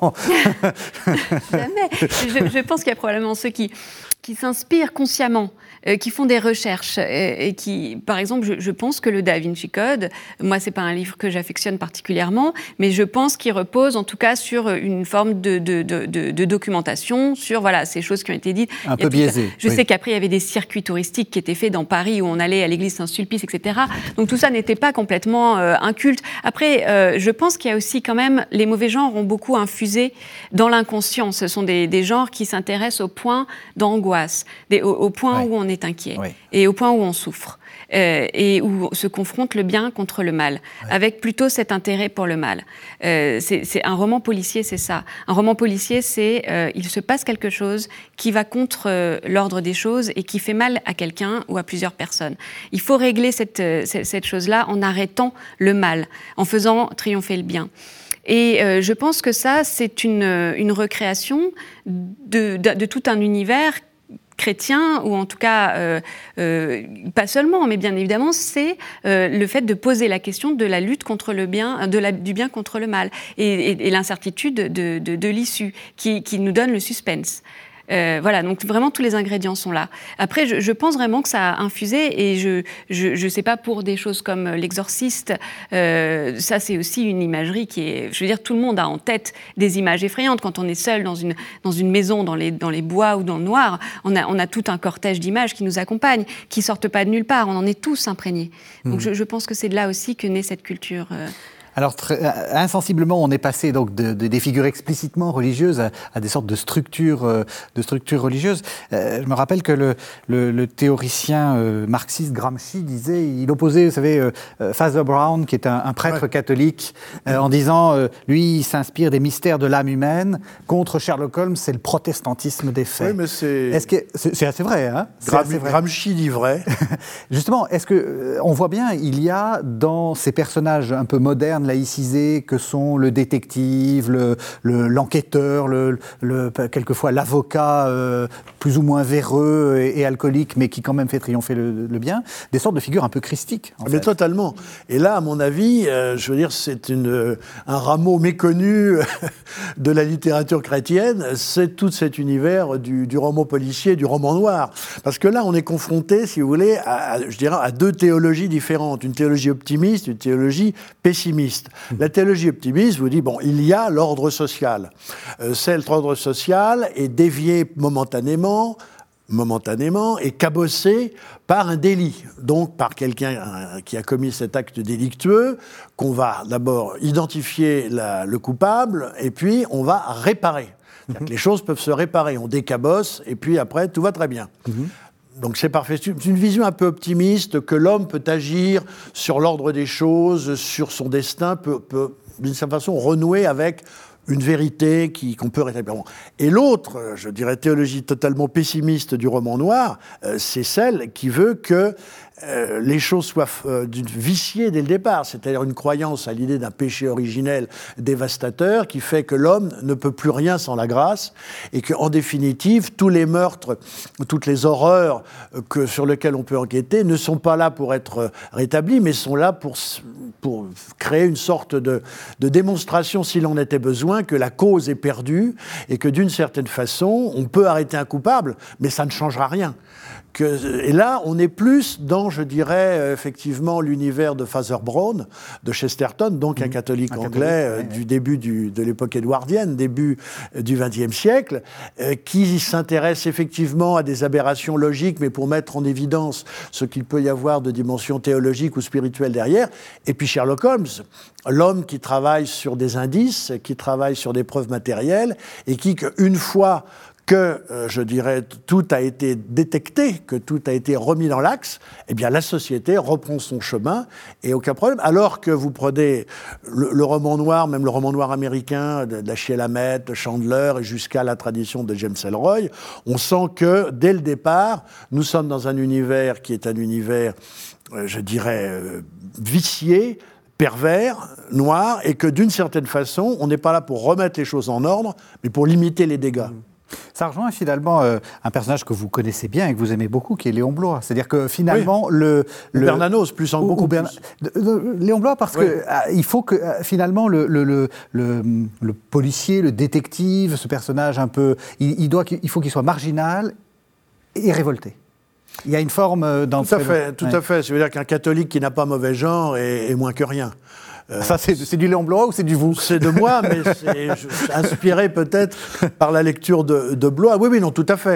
Jamais. Je, je pense qu'il y a probablement ceux qui... qui s'inspirent consciemment, euh, qui font des recherches euh, et qui, par exemple, je, je pense que le Da Vinci Code, moi, c'est pas un livre que j'affectionne particulièrement, mais je pense qu'il repose, en tout cas, sur une forme de, de, de, de, de documentation, sur voilà ces choses qui ont été dites. Un peu biaisé. Je oui. sais qu'après, il y avait des circuits touristiques qui étaient faits dans Paris où on allait à l'église Saint-Sulpice, et cetera. Donc tout ça n'était pas complètement euh, inculte. Après, euh, je pense qu'il y a aussi quand même, les mauvais genres ont beaucoup infusé dans l'inconscient. Ce sont des, des genres qui s'intéressent au point d'angoisse, des, au, au point ouais. où on est inquiet ouais. et au point où on souffre. Euh, et où se confronte le bien contre le mal, ouais. avec plutôt cet intérêt pour le mal. Euh, c'est, c'est un roman policier, c'est ça. Un roman policier, c'est euh, il se passe quelque chose qui va contre euh, l'ordre des choses et qui fait mal à quelqu'un ou à plusieurs personnes. Il faut régler cette, euh, cette, cette chose-là en arrêtant le mal, en faisant triompher le bien. Et euh, je pense que ça, c'est une, une recréation de, de, de tout un univers chrétien, ou en tout cas, euh, euh, pas seulement, mais bien évidemment, c'est euh, le fait de poser la question de la lutte contre le bien, de la, du bien contre le mal, et, et, et l'incertitude de, de, de l'issue, qui, qui nous donne le suspense. Euh, voilà, donc vraiment tous les ingrédients sont là. Après, je, je pense vraiment que ça a infusé, et je je, je sais pas, pour des choses comme L'Exorciste, euh, ça c'est aussi une imagerie qui est, je veux dire, tout le monde a en tête des images effrayantes. Quand on est seul dans une dans une maison, dans les dans les bois ou dans le noir, on a on a tout un cortège d'images qui nous accompagnent, qui sortent pas de nulle part. On en est tous imprégnés. Donc mmh. je, je pense que c'est de là aussi que naît cette culture. Euh, Alors, très, insensiblement, on est passé donc de, de, des figures explicitement religieuses à, à des sortes de structures, euh, de structures religieuses. Euh, je me rappelle que le, le, le théoricien euh, marxiste Gramsci disait, il opposait, vous savez, euh, Father Brown, qui est un, un prêtre ouais. catholique, euh, en disant, euh, lui, il s'inspire des mystères de l'âme humaine. Contre Sherlock Holmes, c'est le protestantisme des faits. Oui, mais c'est... Est-ce que c'est, c'est assez vrai, hein c'est Gram- assez vrai. Gramsci dit vrai. Justement, est-ce que euh, on voit bien, il y a dans ces personnages un peu modernes, laïcisés, que sont le détective, le, le, l'enquêteur, le, le, quelquefois l'avocat euh, plus ou moins véreux et, et alcoolique, mais qui quand même fait triompher le, le bien, des sortes de figures un peu christiques. En mais fait. totalement. Et là, à mon avis, euh, je veux dire, c'est une, un rameau méconnu de la littérature chrétienne, c'est tout cet univers du, du roman policier, du roman noir. Parce que là, on est confronté, si vous voulez, à, je dirais, à deux théologies différentes. Une théologie optimiste, une théologie pessimiste. La théologie optimiste vous dit, bon, il y a l'ordre social. Euh, cet ordre social est dévié momentanément, momentanément, et cabossé par un délit, donc par quelqu'un euh, qui a commis cet acte délictueux, qu'on va d'abord identifier la, le coupable, et puis on va réparer. C'est-à-dire que les choses peuvent se réparer, on décabosse, et puis après, tout va très bien. Mm-hmm. Donc c'est parfait. C'est une vision un peu optimiste que l'homme peut agir sur l'ordre des choses, sur son destin, peut, peut d'une certaine façon renouer avec une vérité qui, qu'on peut rétablir. Et l'autre, je dirais, théologie totalement pessimiste du roman noir, euh, c'est celle qui veut que euh, les choses soient euh, viciées dès le départ, c'est-à-dire une croyance à l'idée d'un péché originel dévastateur qui fait que l'homme ne peut plus rien sans la grâce et qu'en définitive, tous les meurtres, toutes les horreurs que, sur lesquelles on peut enquêter ne sont pas là pour être rétablis, mais sont là pour, pour créer une sorte de, de démonstration, s'il en était besoin, que la cause est perdue et que d'une certaine façon, on peut arrêter un coupable, mais ça ne changera rien. Que, et là, on est plus dans, je dirais, euh, effectivement, l'univers de Father Brown, de Chesterton, donc mmh. un catholique un anglais catholique, euh, ouais, du ouais. début du, de l'époque édouardienne, début euh, du vingtième siècle, euh, qui s'intéresse effectivement à des aberrations logiques, mais pour mettre en évidence ce qu'il peut y avoir de dimension théologique ou spirituelle derrière. Et puis Sherlock Holmes, l'homme qui travaille sur des indices, qui travaille sur des preuves matérielles, et qui, une fois que, euh, je dirais, tout a été détecté, que tout a été remis dans l'axe, eh bien, la société reprend son chemin et aucun problème. Alors que vous prenez le, le roman noir, même le roman noir américain, de Dashiell Hammett, de Chandler, et jusqu'à la tradition de James Ellroy, on sent que, dès le départ, nous sommes dans un univers qui est un univers, euh, je dirais, euh, vicié, pervers, noir, et que, d'une certaine façon, on n'est pas là pour remettre les choses en ordre, mais pour limiter les dégâts. Mmh. Ça rejoint finalement euh, un personnage que vous connaissez bien et que vous aimez beaucoup, qui est Léon Bloy. C'est-à-dire que finalement, oui. le, le... Bernanos, plus en beaucoup Berna... plus. De, de, Léon Bloy, parce oui. que euh, il faut que euh, finalement le, le, le, le, le policier, le détective, ce personnage un peu, il, il, doit, il faut qu'il soit marginal et révolté. Il y a une forme dans... Tout à fait, tout ouais. à fait. Ça veut dire qu'un catholique qui n'a pas mauvais genre est, est moins que rien. Euh, ça, c'est, c'est du Léon Bloy ou c'est du vous ? C'est de moi, mais c'est je, inspiré peut-être par la lecture de, de Bloy. Oui, oui, non, tout à fait.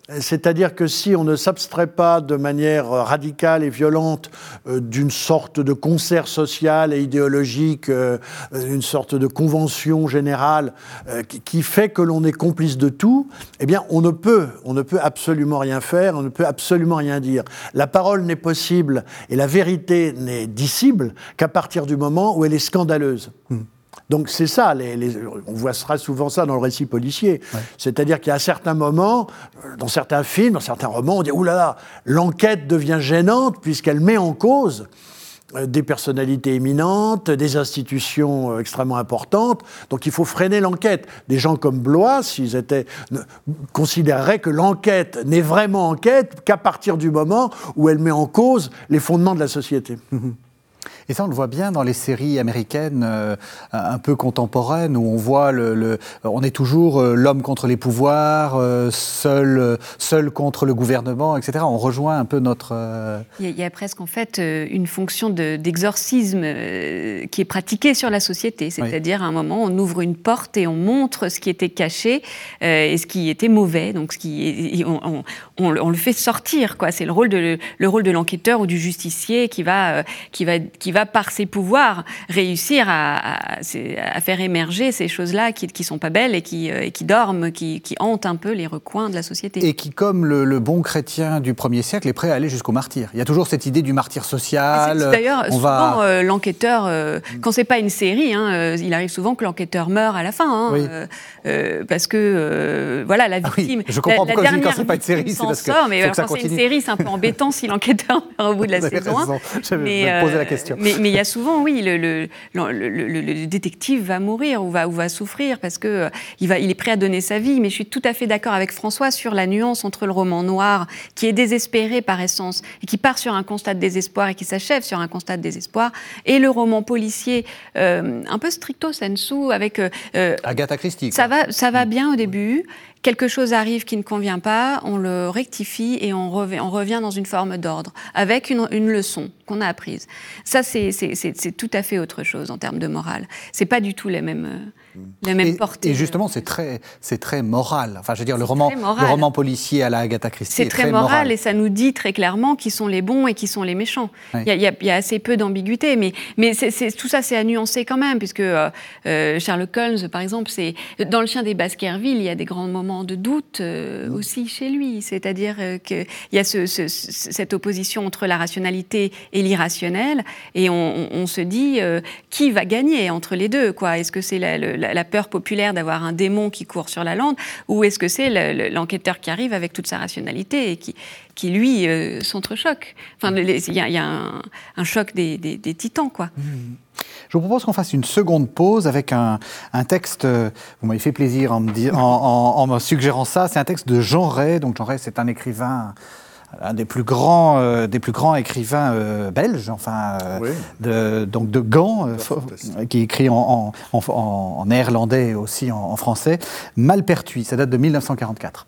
C'est-à-dire que si on ne s'abstrait pas de manière radicale et violente euh, d'une sorte de concert social et idéologique, euh, une sorte de convention générale euh, qui, qui fait que l'on est complice de tout, eh bien on ne peut, on ne peut absolument rien faire, on ne peut absolument rien dire. La parole n'est possible et la vérité n'est dissible qu'à partir du moment où elle est scandaleuse. Mmh. Donc c'est ça, les, les, on voit souvent ça dans le récit policier. Ouais. C'est-à-dire qu'il y a certains moments, dans certains films, dans certains romans, on dit « Ouh là là, l'enquête devient gênante puisqu'elle met en cause des personnalités éminentes, des institutions extrêmement importantes. Donc il faut freiner l'enquête. » Des gens comme Blois, s'ils étaient, considéreraient que l'enquête n'est vraiment enquête qu'à partir du moment où elle met en cause les fondements de la société. Mmh. Et ça, on le voit bien dans les séries américaines euh, un peu contemporaines, où on voit, le, le, on est toujours euh, l'homme contre les pouvoirs, euh, seul, euh, seul contre le gouvernement, et cetera. On rejoint un peu notre... Euh... Il, y a, il y a presque en fait une fonction de, d'exorcisme euh, qui est pratiquée sur la société. C'est-à-dire, oui. à un moment, on ouvre une porte et on montre ce qui était caché euh, et ce qui était mauvais. Donc, ce qui est, on, on, on, on le fait sortir, quoi. C'est le rôle de, le rôle de l'enquêteur ou du justicier qui va, euh, qui va, qui va par ses pouvoirs réussir à, à, à faire émerger ces choses-là qui ne sont pas belles et qui, et qui dorment, qui, qui hantent un peu les recoins de la société. Et qui, comme le, le bon chrétien du premier siècle, est prêt à aller jusqu'au martyr. Il y a toujours cette idée du martyr social. C'est, d'ailleurs, on souvent, va... euh, l'enquêteur, euh, quand ce n'est pas une série, hein, euh, il arrive souvent que l'enquêteur meurt à la fin. Hein, oui. euh, euh, parce que, euh, euh, voilà, la victime... Ah oui, je comprends la, pourquoi la je dis quand ce n'est pas une série, c'est parce que sort, mais alors, quand c'est une série, c'est un peu embêtant si l'enquêteur meurt au bout de la saison un. J'avais euh, posé la question. Mais, mais il y a souvent, oui, le, le, le, le, le, le détective va mourir ou va, ou va souffrir parce qu'il euh, va, il est prêt à donner sa vie. Mais je suis tout à fait d'accord avec François sur la nuance entre le roman noir, qui est désespéré par essence, et qui part sur un constat de désespoir et qui s'achève sur un constat de désespoir, et le roman policier, euh, un peu stricto sensu, avec... Euh, Agatha Christie. Ça va, ça va bien au début. Quelque chose arrive qui ne convient pas, on le rectifie et on revient, on revient dans une forme d'ordre, avec une, une leçon qu'on a apprise. Ça, c'est, c'est, c'est, c'est tout à fait autre chose en termes de morale. C'est pas du tout les mêmes, euh, les mêmes et, portées. Et justement, c'est très, c'est très moral. Enfin, je veux dire, le roman, le roman policier à la Agatha Christie c'est est très, très moral, moral. Et ça nous dit très clairement qui sont les bons et qui sont les méchants. Il oui. y, y, y a assez peu d'ambiguïté, mais, mais c'est, c'est, tout ça, c'est à nuancer quand même, puisque euh, Sherlock Holmes, par exemple, c'est, dans Le Chien des Baskerville, il y a des grands moments de doute euh, mmh. aussi chez lui. C'est-à-dire euh, qu'il y a ce, ce, cette opposition entre la rationalité et l'irrationnel, et on, on se dit euh, qui va gagner entre les deux, quoi. Est-ce que c'est la, la, la peur populaire d'avoir un démon qui court sur la lande, ou est-ce que c'est le, l'enquêteur qui arrive avec toute sa rationalité et qui, qui lui, euh, s'entrechoque. Enfin, il y a, y a un, un choc des, des, des titans, quoi. Mmh. Je vous propose qu'on fasse une seconde pause avec un, un texte, vous m'avez fait plaisir en me, di- en, en, en me suggérant ça, c'est un texte de Jean Ray. Donc Jean Ray, c'est un écrivain, un des plus grands, euh, des plus grands écrivains euh, belges, enfin, euh, oui. de, donc de Gand, euh, qui écrit en, en, en, en néerlandais et aussi en, en français. Malpertuis, ça date de mille neuf cent quarante-quatre.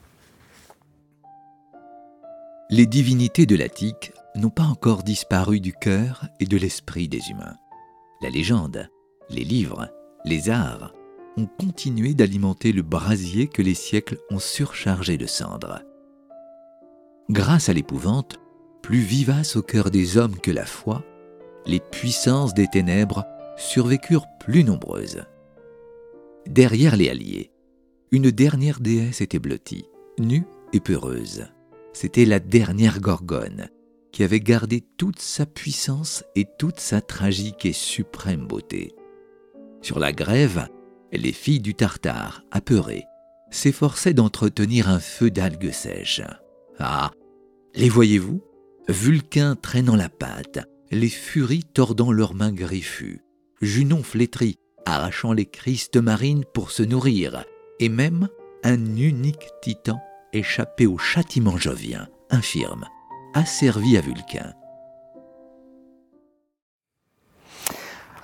Les divinités de l'Attique n'ont pas encore disparu du cœur et de l'esprit des humains. La légende, les livres, les arts ont continué d'alimenter le brasier que les siècles ont surchargé de cendres. Grâce à l'épouvante, plus vivace au cœur des hommes que la foi, les puissances des ténèbres survécurent plus nombreuses. Derrière les halliers, une dernière déesse était blottie, nue et peureuse. C'était la dernière Gorgone, qui avait gardé toute sa puissance et toute sa tragique et suprême beauté. Sur la grève, les filles du Tartare, apeurées, s'efforçaient d'entretenir un feu d'algues sèches. Ah, les voyez-vous ? Vulcain traînant la patte, les furies tordant leurs mains griffues, Junon flétri, arrachant les crystes marines pour se nourrir, et même un unique titan échappé au châtiment jovien, infirme, asservi à Vulcain.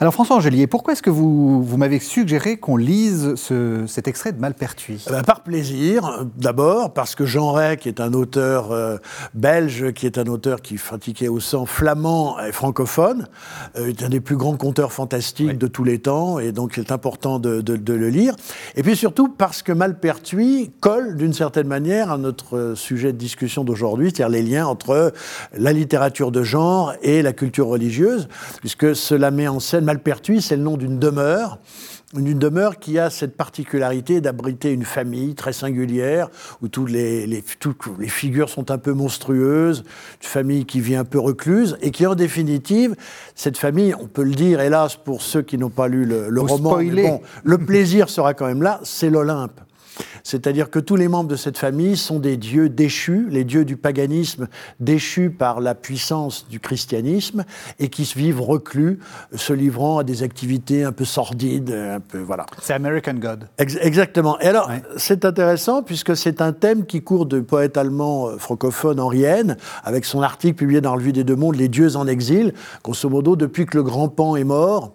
Alors François Angelier, pourquoi est-ce que vous, vous m'avez suggéré qu'on lise ce, cet extrait de Malpertuis ? Euh, par plaisir, d'abord, parce que Jean Ray, qui est un auteur euh, belge, qui est un auteur qui pratiquait au sang flamand et francophone, euh, est un des plus grands conteurs fantastiques oui. de tous les temps, et donc c'est important de, de, de le lire. Et puis surtout parce que Malpertuis colle d'une certaine manière à notre sujet de discussion d'aujourd'hui, c'est-à-dire les liens entre la littérature de genre et la culture religieuse, puisque cela met en scène, Malpertuis, c'est le nom d'une demeure, une demeure qui a cette particularité d'abriter une famille très singulière, où toutes les, les, toutes les figures sont un peu monstrueuses, une famille qui vit un peu recluse, et qui en définitive, cette famille, on peut le dire, hélas, pour ceux qui n'ont pas lu le, le roman, mais bon, le plaisir sera quand même là, c'est l'Olympe. C'est-à-dire que tous les membres de cette famille sont des dieux déchus, les dieux du paganisme déchus par la puissance du christianisme et qui se vivent reclus, se livrant à des activités un peu sordides, un peu voilà. C'est American God. Ex- exactement. Et alors, ouais. c'est intéressant puisque c'est un thème qui court du poète allemand euh, francophone Henri Heine, avec son article publié dans la Revue des Deux Mondes, Les dieux en exil. Grosso modo, depuis que le grand Pan est mort,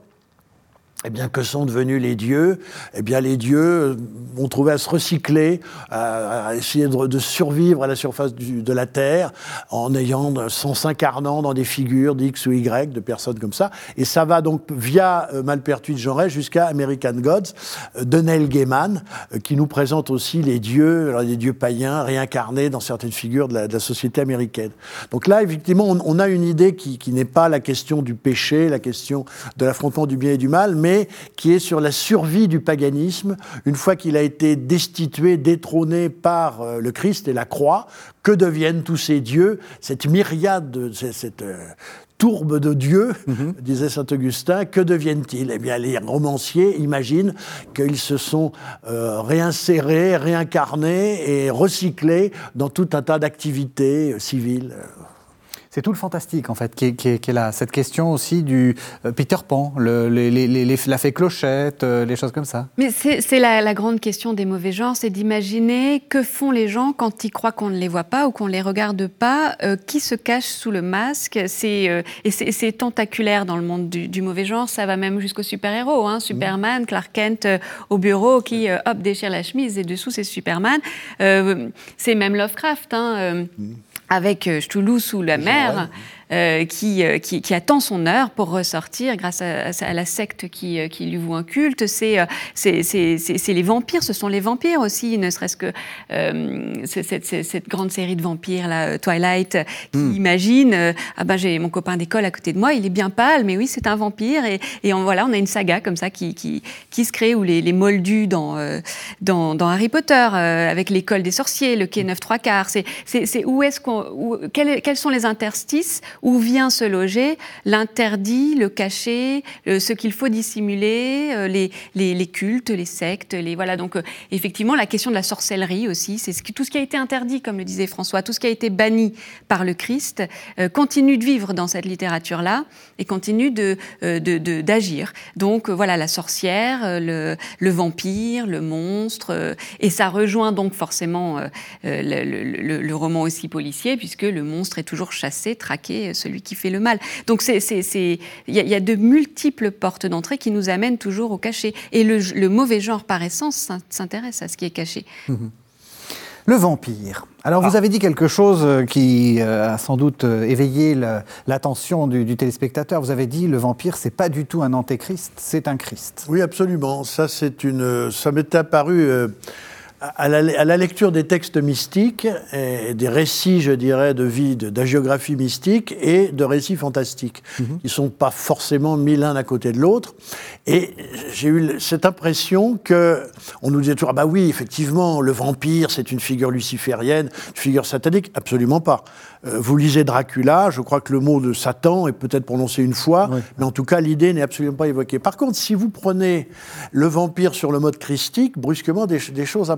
eh bien, que sont devenus les dieux ? Eh bien, les dieux ont trouvé à se recycler, à, à essayer de, de survivre à la surface du, de la Terre, en ayant, en s'incarnant dans des figures d'X ou Y, de personnes comme ça. Et ça va donc, via euh, Malpertuis de Jean Ray, jusqu'à American Gods, euh, de Neil Gaiman, euh, qui nous présente aussi les dieux, alors les dieux païens, réincarnés dans certaines figures de la, de la société américaine. Donc là, effectivement, on, on a une idée qui, qui n'est pas la question du péché, la question de l'affrontement du bien et du mal, mais mais qui est sur la survie du paganisme, une fois qu'il a été destitué, détrôné par euh, le Christ et la croix. Que deviennent tous ces dieux, cette myriade, de, cette, cette euh, tourbe de dieux, mm-hmm. disait saint Augustin, que deviennent-ils ? Eh bien, les romanciers imaginent qu'ils se sont euh, réinsérés, réincarnés et recyclés dans tout un tas d'activités euh, civiles. C'est tout le fantastique, en fait, qui est, qui est, qui est là. Cette question aussi du euh, Peter Pan, le, les, les, les, la fée Clochette, euh, les choses comme ça. Mais c'est, c'est la, la grande question des mauvais genres, c'est d'imaginer que font les gens quand ils croient qu'on ne les voit pas ou qu'on ne les regarde pas, euh, qui se cache sous le masque. C'est, euh, et c'est, c'est tentaculaire dans le monde du, du mauvais genre, ça va même jusqu'aux super-héros. Hein. Superman, mmh. Clark Kent euh, au bureau qui, euh, hop, déchire la chemise et dessous, c'est Superman. Euh, c'est même Lovecraft, hein, euh, mmh. avec euh, Cthulhu sous la mer, euh, qui, euh, qui, qui attend son heure pour ressortir grâce à, à la secte qui, euh, qui lui voue un culte. C'est, euh, c'est, c'est, c'est, c'est les vampires, ce sont les vampires aussi, ne serait-ce que euh, c'est, c'est, c'est, cette grande série de vampires, là, Twilight, qui mm. imagine, euh, ah ben j'ai mon copain d'école à côté de moi, il est bien pâle, mais oui, c'est un vampire. Et, et on, voilà, on a une saga comme ça qui, qui, qui se crée, où les, les moldus dans, euh, dans, dans Harry Potter, euh, avec l'école des sorciers, le quai neuf trois quarts, c'est, c'est, c'est où est-ce qu'on, où, quels, quels sont les interstices où vient se loger l'interdit, le caché, euh, ce qu'il faut dissimuler, euh, les, les, les cultes, les sectes, les voilà. Donc euh, effectivement, la question de la sorcellerie aussi, c'est ce qui, tout ce qui a été interdit, comme le disait François, tout ce qui a été banni par le Christ euh, continue de vivre dans cette littérature-là et continue de, euh, de, de, d'agir. Donc euh, voilà, la sorcière, euh, le, le vampire, le monstre, euh, et ça rejoint donc forcément euh, le, le, le, le roman aussi policier, puisque le monstre est toujours chassé, traqué, celui qui fait le mal. Donc c'est, c'est, c'est, il y, y a de multiples portes d'entrée qui nous amènent toujours au cachet. Et le, le mauvais genre, par essence, s'intéresse à ce qui est caché. Mmh. Le vampire. Alors, ah. vous avez dit quelque chose qui euh, a sans doute éveillé le, l'attention du, du téléspectateur. Vous avez dit, le vampire, c'est pas du tout un antéchrist, c'est un Christ. Oui, absolument. Ça, c'est une, ça m'est apparu... Euh, À la, à la lecture des textes mystiques, et des récits, je dirais, de vie, de, d'agiographie mystique et de récits fantastiques, mmh. qui ne sont pas forcément mis l'un à côté de l'autre. Et j'ai eu cette impression qu'on nous disait toujours, ah bah oui, effectivement, le vampire, c'est une figure luciférienne, une figure satanique. Absolument pas. Euh, vous lisez Dracula, je crois que le mot de Satan est peut-être prononcé une fois, oui. mais en tout cas, l'idée n'est absolument pas évoquée. Par contre, si vous prenez le vampire sur le mode christique, brusquement, des, des choses apparaissent.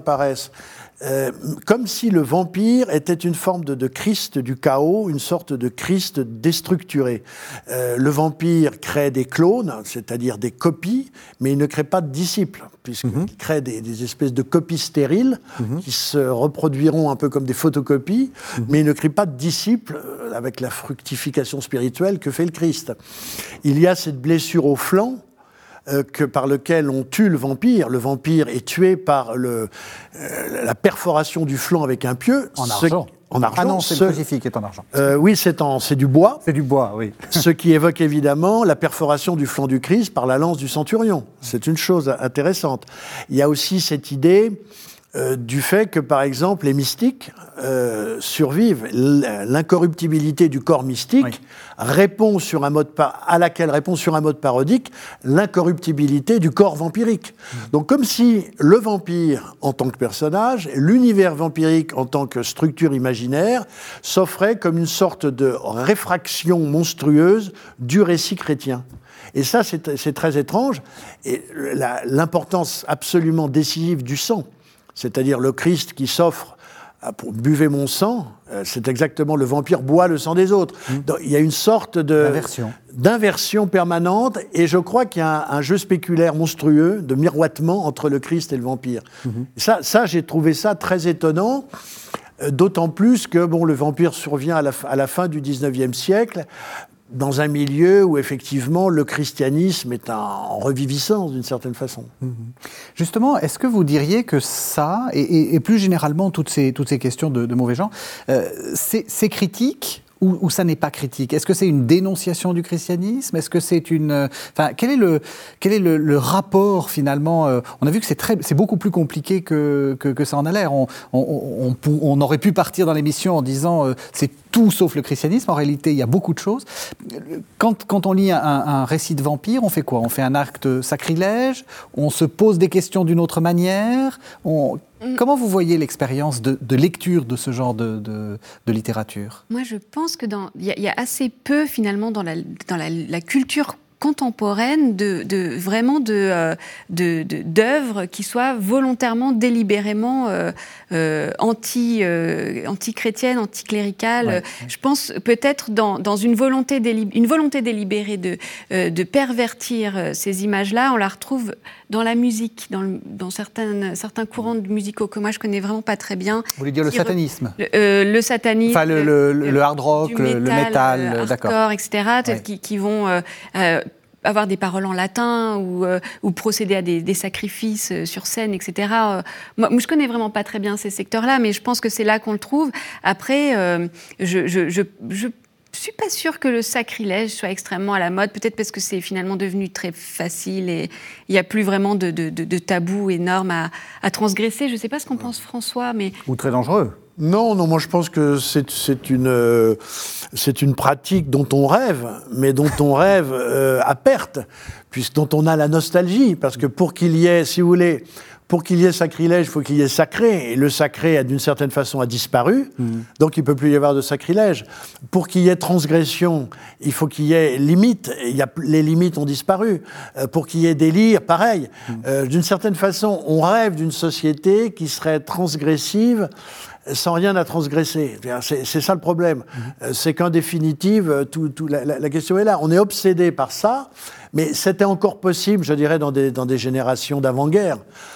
apparaissent. Euh, comme si le vampire était une forme de, de Christ du chaos, une sorte de Christ déstructuré. Euh, le vampire crée des clones, c'est-à-dire des copies, mais il ne crée pas de disciples, puisqu'il mm-hmm. crée des, des espèces de copies stériles mm-hmm. qui se reproduiront un peu comme des photocopies, mm-hmm. mais il ne crée pas de disciples avec la fructification spirituelle que fait le Christ. Il y a cette blessure au flanc, Euh, que par lequel on tue le vampire. Le vampire est tué par le, euh, la perforation du flanc avec un pieu. En argent. Ce, en argent. Ah non, c'est ce, le crucifix qui est en argent. Euh, oui, c'est, en, c'est du bois. C'est du bois, oui. Ce qui évoque évidemment la perforation du flanc du Christ par la lance du centurion. C'est une chose intéressante. Il y a aussi cette idée Euh, du fait que, par exemple, les mystiques euh, survivent. L'incorruptibilité du corps mystique oui. répond sur un mode par- à laquelle répond sur un mode parodique l'incorruptibilité du corps vampirique. Mmh. Donc, comme si le vampire, en tant que personnage, l'univers vampirique en tant que structure imaginaire, s'offrait comme une sorte de réfraction monstrueuse du récit chrétien. Et ça, c'est, c'est très étrange. Et la, l'importance absolument décisive du sang, c'est-à-dire le Christ qui s'offre pour « buvez mon sang », c'est exactement le vampire boit le sang des autres. Mmh. Donc, il y a une sorte de, d'inversion. d'inversion permanente, et je crois qu'il y a un, un jeu spéculaire monstrueux de miroitement entre le Christ et le vampire. Mmh. Ça, ça, j'ai trouvé ça très étonnant, d'autant plus que bon, le vampire survient à la, à la fin du dix-neuvième siècle, dans un milieu où, effectivement, le christianisme est en reviviscence, d'une certaine façon. Mmh. Justement, est-ce que vous diriez que ça, et, et, et plus généralement toutes ces, toutes ces questions de, de mauvais gens, euh, c'est, c'est critique ou, ou ça n'est pas critique ? Est-ce que c'est une dénonciation du christianisme ? Est-ce que c'est une... Enfin, quel est le, quel est le, le rapport, finalement euh, On a vu que c'est, très, c'est beaucoup plus compliqué que, que, que ça en a l'air. On, on, on, on aurait pu partir dans l'émission en disant euh, c'est tout sauf le christianisme. En réalité, il y a beaucoup de choses. Quand, quand on lit un, un récit de vampire, on fait quoi ? On fait un acte sacrilège ? On se pose des questions d'une autre manière ? on... Comment vous voyez l'expérience de, de lecture de ce genre de, de, de littérature ? Moi, je pense qu'il y, y a assez peu, finalement, dans la, dans la, la culture contemporaine de, de vraiment de, euh, de, de, d'œuvres qui soient volontairement, délibérément euh, euh, anti, euh, anti-chrétiennes, anticléricales. Ouais. Je pense peut-être dans, dans une, volonté délib- une volonté délibérée de, euh, de pervertir ces images-là, on la retrouve dans la musique, dans, le, dans certaines, certains courants musicaux que moi je connais vraiment pas très bien. Vous voulez dire le satanisme ? Le, euh, le satanisme. Enfin, le, le, le, le hard rock, le métal, le métal, le hardcore, et cetera, ouais. qui, qui vont euh, euh, avoir des paroles en latin ou, euh, ou procéder à des, des sacrifices euh, sur scène, et cetera. Euh, moi, moi, je connais vraiment pas très bien ces secteurs-là, mais je pense que c'est là qu'on le trouve. Après, euh, je, je, je, je Je suis pas sûre que le sacrilège soit extrêmement à la mode, peut-être parce que c'est finalement devenu très facile et il n'y a plus vraiment de, de, de, de tabous et normes à, à transgresser. Je ne sais pas ce qu'en pense François, mais... Ou très dangereux. Non, non, moi je pense que c'est, c'est, une, euh, c'est une pratique dont on rêve, mais dont on rêve euh, à perte, puisque dont on a la nostalgie, parce que pour qu'il y ait, si vous voulez... Pour qu'il y ait sacrilège, il faut qu'il y ait sacré. Et le sacré, d'une certaine façon, a disparu. Mmh. Donc, il ne peut plus y avoir de sacrilège. Pour qu'il y ait transgression, il faut qu'il y ait limite. Il y a, les limites ont disparu. Euh, pour qu'il y ait délire, pareil. Mmh. Euh, d'une certaine façon, on rêve d'une société qui serait transgressive sans rien à transgresser. C'est, c'est ça le problème. Mmh. C'est qu'en définitive, tout, tout, la, la question est là. On est obsédé par ça, mais c'était encore possible, je dirais, dans des, dans des générations d'avant-guerre,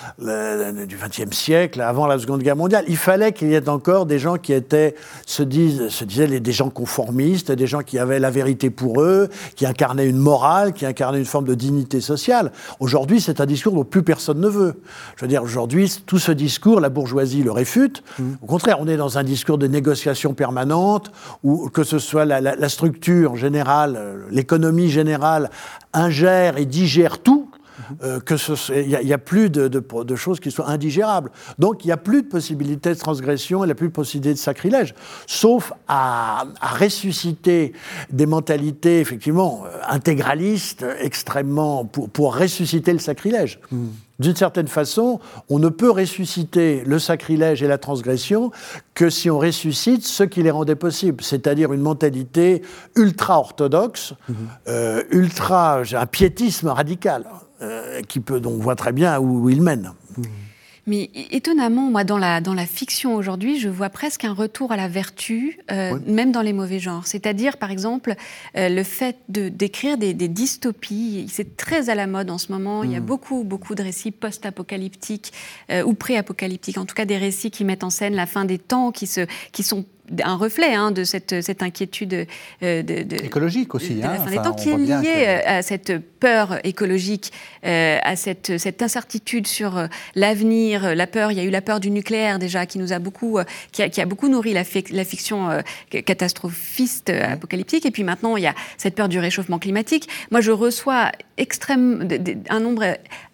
le, du vingtième siècle, avant la Seconde Guerre mondiale. Il fallait qu'il y ait encore des gens qui étaient, se, disent, se disaient les, des gens conformistes, des gens qui avaient la vérité pour eux, qui incarnaient une morale, qui incarnaient une forme de dignité sociale. Aujourd'hui, c'est un discours dont plus personne ne veut. Je veux dire, aujourd'hui, tout ce discours, la bourgeoisie le réfute. Mmh. Au contraire, on est dans un discours de négociation permanente, où que ce soit la, la, la structure générale, l'économie générale, ingère et digère tout. Euh, que il n'y a, a plus de, de, de choses qui soient indigérables. Donc il n'y a plus de possibilité de transgression, il n'y a plus de possibilité de sacrilège, sauf à, à ressusciter des mentalités effectivement intégralistes, extrêmement pour, pour ressusciter le sacrilège. Mmh. D'une certaine façon, on ne peut ressusciter le sacrilège et la transgression que si on ressuscite ce qui les rendait possibles, c'est-à-dire une mentalité ultra-orthodoxe, mmh. euh, ultra, un piétisme radical, euh, qui peut, donc on voit très bien où, où il mène. Mmh. Mais étonnamment, moi, dans la, dans la fiction aujourd'hui, je vois presque un retour à la vertu, euh, oui. même dans les mauvais genres. C'est-à-dire, par exemple, euh, le fait de, d'écrire des, des dystopies. C'est très à la mode en ce moment. Mmh. Il y a beaucoup, beaucoup de récits post-apocalyptiques euh, ou pré-apocalyptiques. En tout cas, des récits qui mettent en scène la fin des temps, qui, se, qui sont un reflet hein, de cette, cette inquiétude euh, de, de, écologique aussi, de, de la hein, fin enfin, des temps, qui est liée que... à cette peur écologique, euh, à cette, cette incertitude sur euh, l'avenir, la peur. Il y a eu la peur du nucléaire déjà, qui nous a beaucoup, euh, qui, a, qui a beaucoup nourri la, fi- la fiction euh, catastrophiste, euh, mmh. apocalyptique. Et puis maintenant, il y a cette peur du réchauffement climatique. Moi, je reçois extrême, de, de, un nombre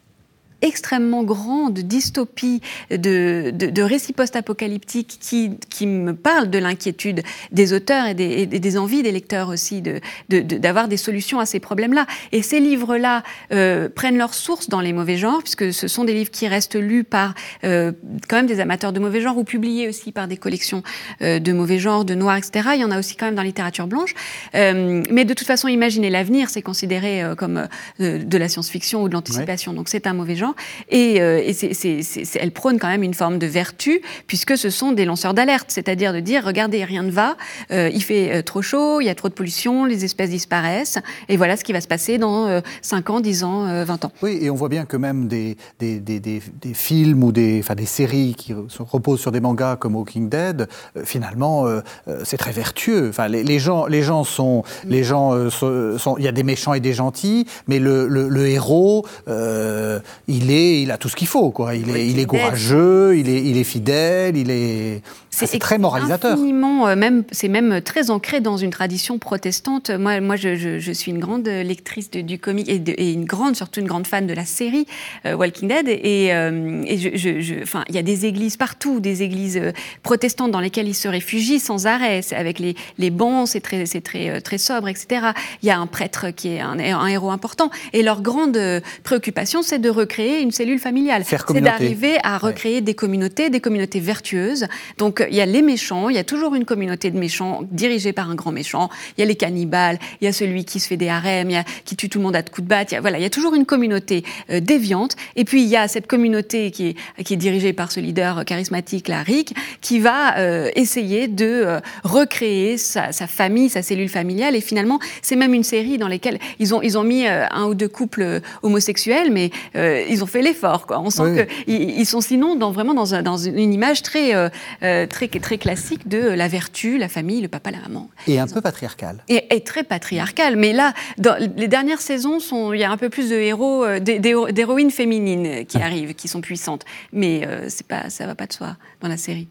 extrêmement grand de dystopies, de, de, de récits post-apocalyptiques qui, qui me parlent de l'inquiétude des auteurs et des, et des envies des lecteurs aussi de, de, de, d'avoir des solutions à ces problèmes-là. Et ces livres-là euh, prennent leur source dans les mauvais genres, puisque ce sont des livres qui restent lus par euh, quand même des amateurs de mauvais genres ou publiés aussi par des collections euh, de mauvais genres, de noirs, et cetera. Il y en a aussi quand même dans la littérature blanche. Euh, mais de toute façon, imaginer l'avenir, c'est considéré euh, comme euh, de la science-fiction ou de l'anticipation. Ouais. Donc c'est un mauvais genre. Et, euh, et c'est, c'est, c'est, c'est, elle prône quand même une forme de vertu, puisque ce sont des lanceurs d'alerte, c'est-à-dire de dire, regardez, rien ne va, euh, il fait euh, trop chaud, il y a trop de pollution, les espèces disparaissent, et voilà ce qui va se passer dans euh, cinq ans, dix ans, euh, vingt ans. Oui, et on voit bien que même des, des, des, des, des films ou des, enfin, des séries qui se reposent sur des mangas comme Walking Dead, euh, finalement, euh, euh, c'est très vertueux. Enfin, les, les gens, les gens sont, mmh. les gens euh, sont, il y a des méchants et des gentils, mais le, le, le héros, euh, il est, il a tout ce qu'il faut, quoi. Il est, il est courageux, il est, il est fidèle, il est. C'est, c'est très moralisateur. Infiniment, euh, même, c'est même très ancré dans une tradition protestante. Moi, moi je, je, je suis une grande lectrice de, du comic et, de, et une grande, surtout une grande fan de la série euh, Walking Dead. Et, euh, et je, je, je, enfin, il y a des églises partout, des églises euh, protestantes dans lesquelles ils se réfugient sans arrêt. C'est avec les, les bancs, c'est très, c'est très, euh, très sobre, et cetera. Il y a un prêtre qui est un, un héros important. Et leur grande euh, préoccupation, c'est de recréer une cellule familiale. Faire c'est d'arriver à recréer ouais. des communautés, des communautés vertueuses. Donc, il y a les méchants, il y a toujours une communauté de méchants dirigée par un grand méchant. Il y a les cannibales, il y a celui qui se fait des harems, il y a, qui tue tout le monde à coups de batte. Il y a, voilà, il y a toujours une communauté euh, déviante. Et puis, il y a cette communauté qui est, qui est dirigée par ce leader charismatique, là, Rick, qui va euh, essayer de euh, recréer sa, sa famille, sa cellule familiale. Et finalement, c'est même une série dans laquelle ils ont, ils ont mis euh, un ou deux couples euh, homosexuels, mais euh, ils ont fait l'effort, quoi. On sent oui. qu'ils ils sont sinon dans, vraiment dans, un, dans une image très, euh, très, très classique de la vertu, la famille, le papa, la maman. Et un peu patriarcal. Et, et très patriarcal. Mais là, dans les dernières saisons, sont, il y a un peu plus de héros, euh, d'héroïnes féminines qui arrivent, qui sont puissantes. Mais euh, c'est pas, ça va pas de soi dans la série.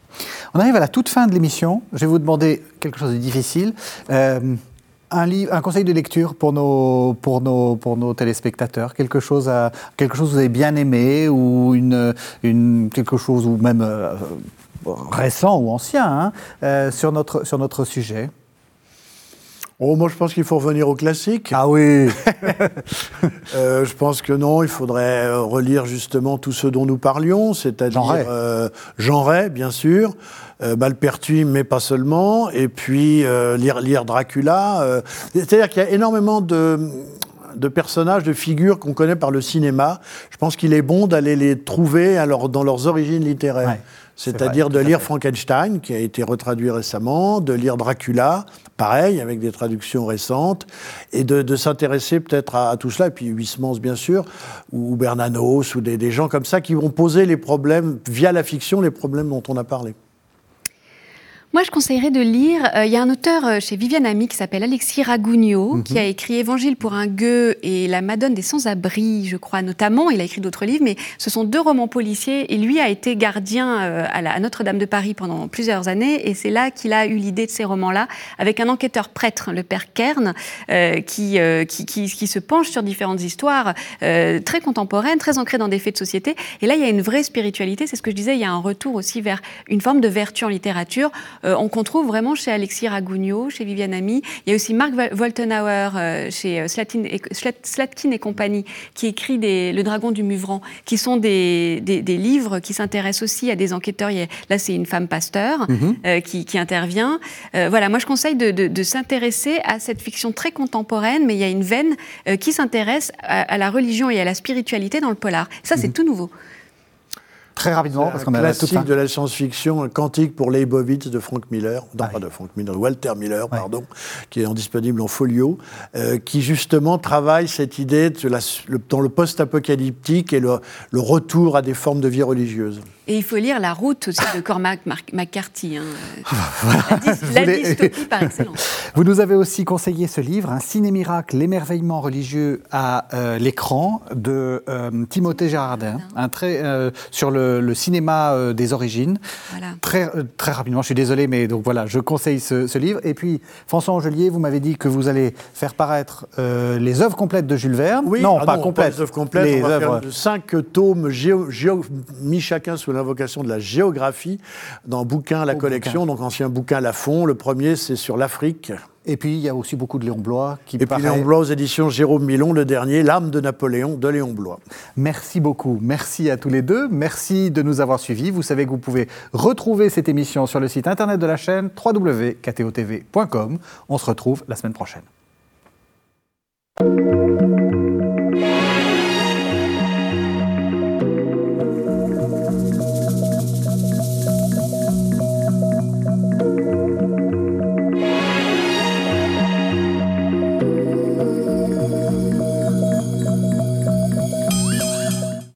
On arrive à la toute fin de l'émission. Je vais vous demander quelque chose de difficile. Euh, Un, livre, un conseil de lecture pour nos, pour nos, pour nos téléspectateurs, quelque chose, à, quelque chose que vous avez bien aimé ou une, une, quelque chose ou même euh, récent ou ancien hein, euh, sur, notre, sur notre sujet. Oh, moi, je pense qu'il faut revenir au classique. Ah oui euh, Je pense que non, il faudrait relire justement tout ce dont nous parlions, c'est-à-dire Jean Ray, euh, Jean Ray bien sûr, euh, Malpertuis, mais pas seulement, et puis euh, lire, lire Dracula. Euh, c'est-à-dire qu'il y a énormément de... de personnages, de figures qu'on connaît par le cinéma. Je pense qu'il est bon d'aller les trouver alors, dans leurs origines littéraires. Ouais, c'est-à-dire vrai, de lire Frankenstein, qui a été retraduit récemment, de lire Dracula, pareil, avec des traductions récentes, et de, de s'intéresser peut-être à, à tout cela, et puis Huysmans, bien sûr, ou Bernanos, ou des, des gens comme ça qui vont poser les problèmes, via la fiction, les problèmes dont on a parlé. Moi, je conseillerais de lire, il euh, y a un auteur euh, chez Viviane Ami qui s'appelle Alexis Ragugnot, mm-hmm. qui a écrit Évangile pour un gueux et La Madone des sans-abri, je crois, notamment. Il a écrit d'autres livres, mais ce sont deux romans policiers. Et lui a été gardien euh, à, la, à Notre-Dame de Paris pendant plusieurs années. Et c'est là qu'il a eu l'idée de ces romans-là, avec un enquêteur prêtre, le père Kern, euh, qui, euh, qui, qui, qui se penche sur différentes histoires euh, très contemporaines, très ancrées dans des faits de société. Et là, il y a une vraie spiritualité. C'est ce que je disais, il y a un retour aussi vers une forme de vertu en littérature. Euh, on qu'on trouve vraiment chez Alexis Ragugnot, chez Viviane Ami. Il y a aussi Marc Woltenhauer euh, chez Slatkin et, Slatkin et compagnie, qui écrit des, Le Dragon du Muvran, qui sont des, des, des livres qui s'intéressent aussi à des enquêteurs. Il y a, là, c'est une femme pasteur mm-hmm. euh, qui, qui intervient. Euh, voilà, moi, je conseille de, de, de s'intéresser à cette fiction très contemporaine, mais il y a une veine euh, qui s'intéresse à, à la religion et à la spiritualité dans le polar. Ça, mm-hmm. c'est tout nouveau. Très rapidement, C'est parce un qu'on a la toute classique fin. de la science-fiction, Quantique pour Leibovitz de Frank Miller, non Ah pas oui. de Frank Miller, de Walter Miller, Ouais. pardon, qui est en disponible en folio, euh, qui justement travaille cette idée de la, le, dans le post-apocalyptique et le, le retour à des formes de vie religieuse. Et il faut lire La Route aussi de Cormac Mar- McCarthy. Hein. La, dys- la voulez- dystopie par excellence. Vous nous avez aussi conseillé ce livre, Un ciné-miracle, l'émerveillement religieux à euh, l'écran, de euh, Timothée Gérardin, un trait euh, sur le, le cinéma euh, des origines. Voilà. Très, euh, très rapidement, je suis désolé, mais donc voilà, je conseille ce, ce livre. Et puis, François Angelier, vous m'avez dit que vous allez faire paraître euh, les œuvres complètes de Jules Verne. non, ah pas complètes. les œuvres complètes. Les on va œuvres. faire cinq tomes géo, géo- mis chacun sous l'invocation de la géographie dans bouquin la Au collection, bouquin. donc ancien bouquin Lafon. Le premier, c'est sur l'Afrique. Et puis, il y a aussi beaucoup de Léon Blois qui Et paraît... puis Léon Blois aux éditions Jérôme Milon, le dernier, L'âme de Napoléon de Léon Blois. Merci beaucoup. Merci à tous les deux. Merci de nous avoir suivis. Vous savez que vous pouvez retrouver cette émission sur le site internet de la chaîne w w w point k t o t v point com. On se retrouve la semaine prochaine.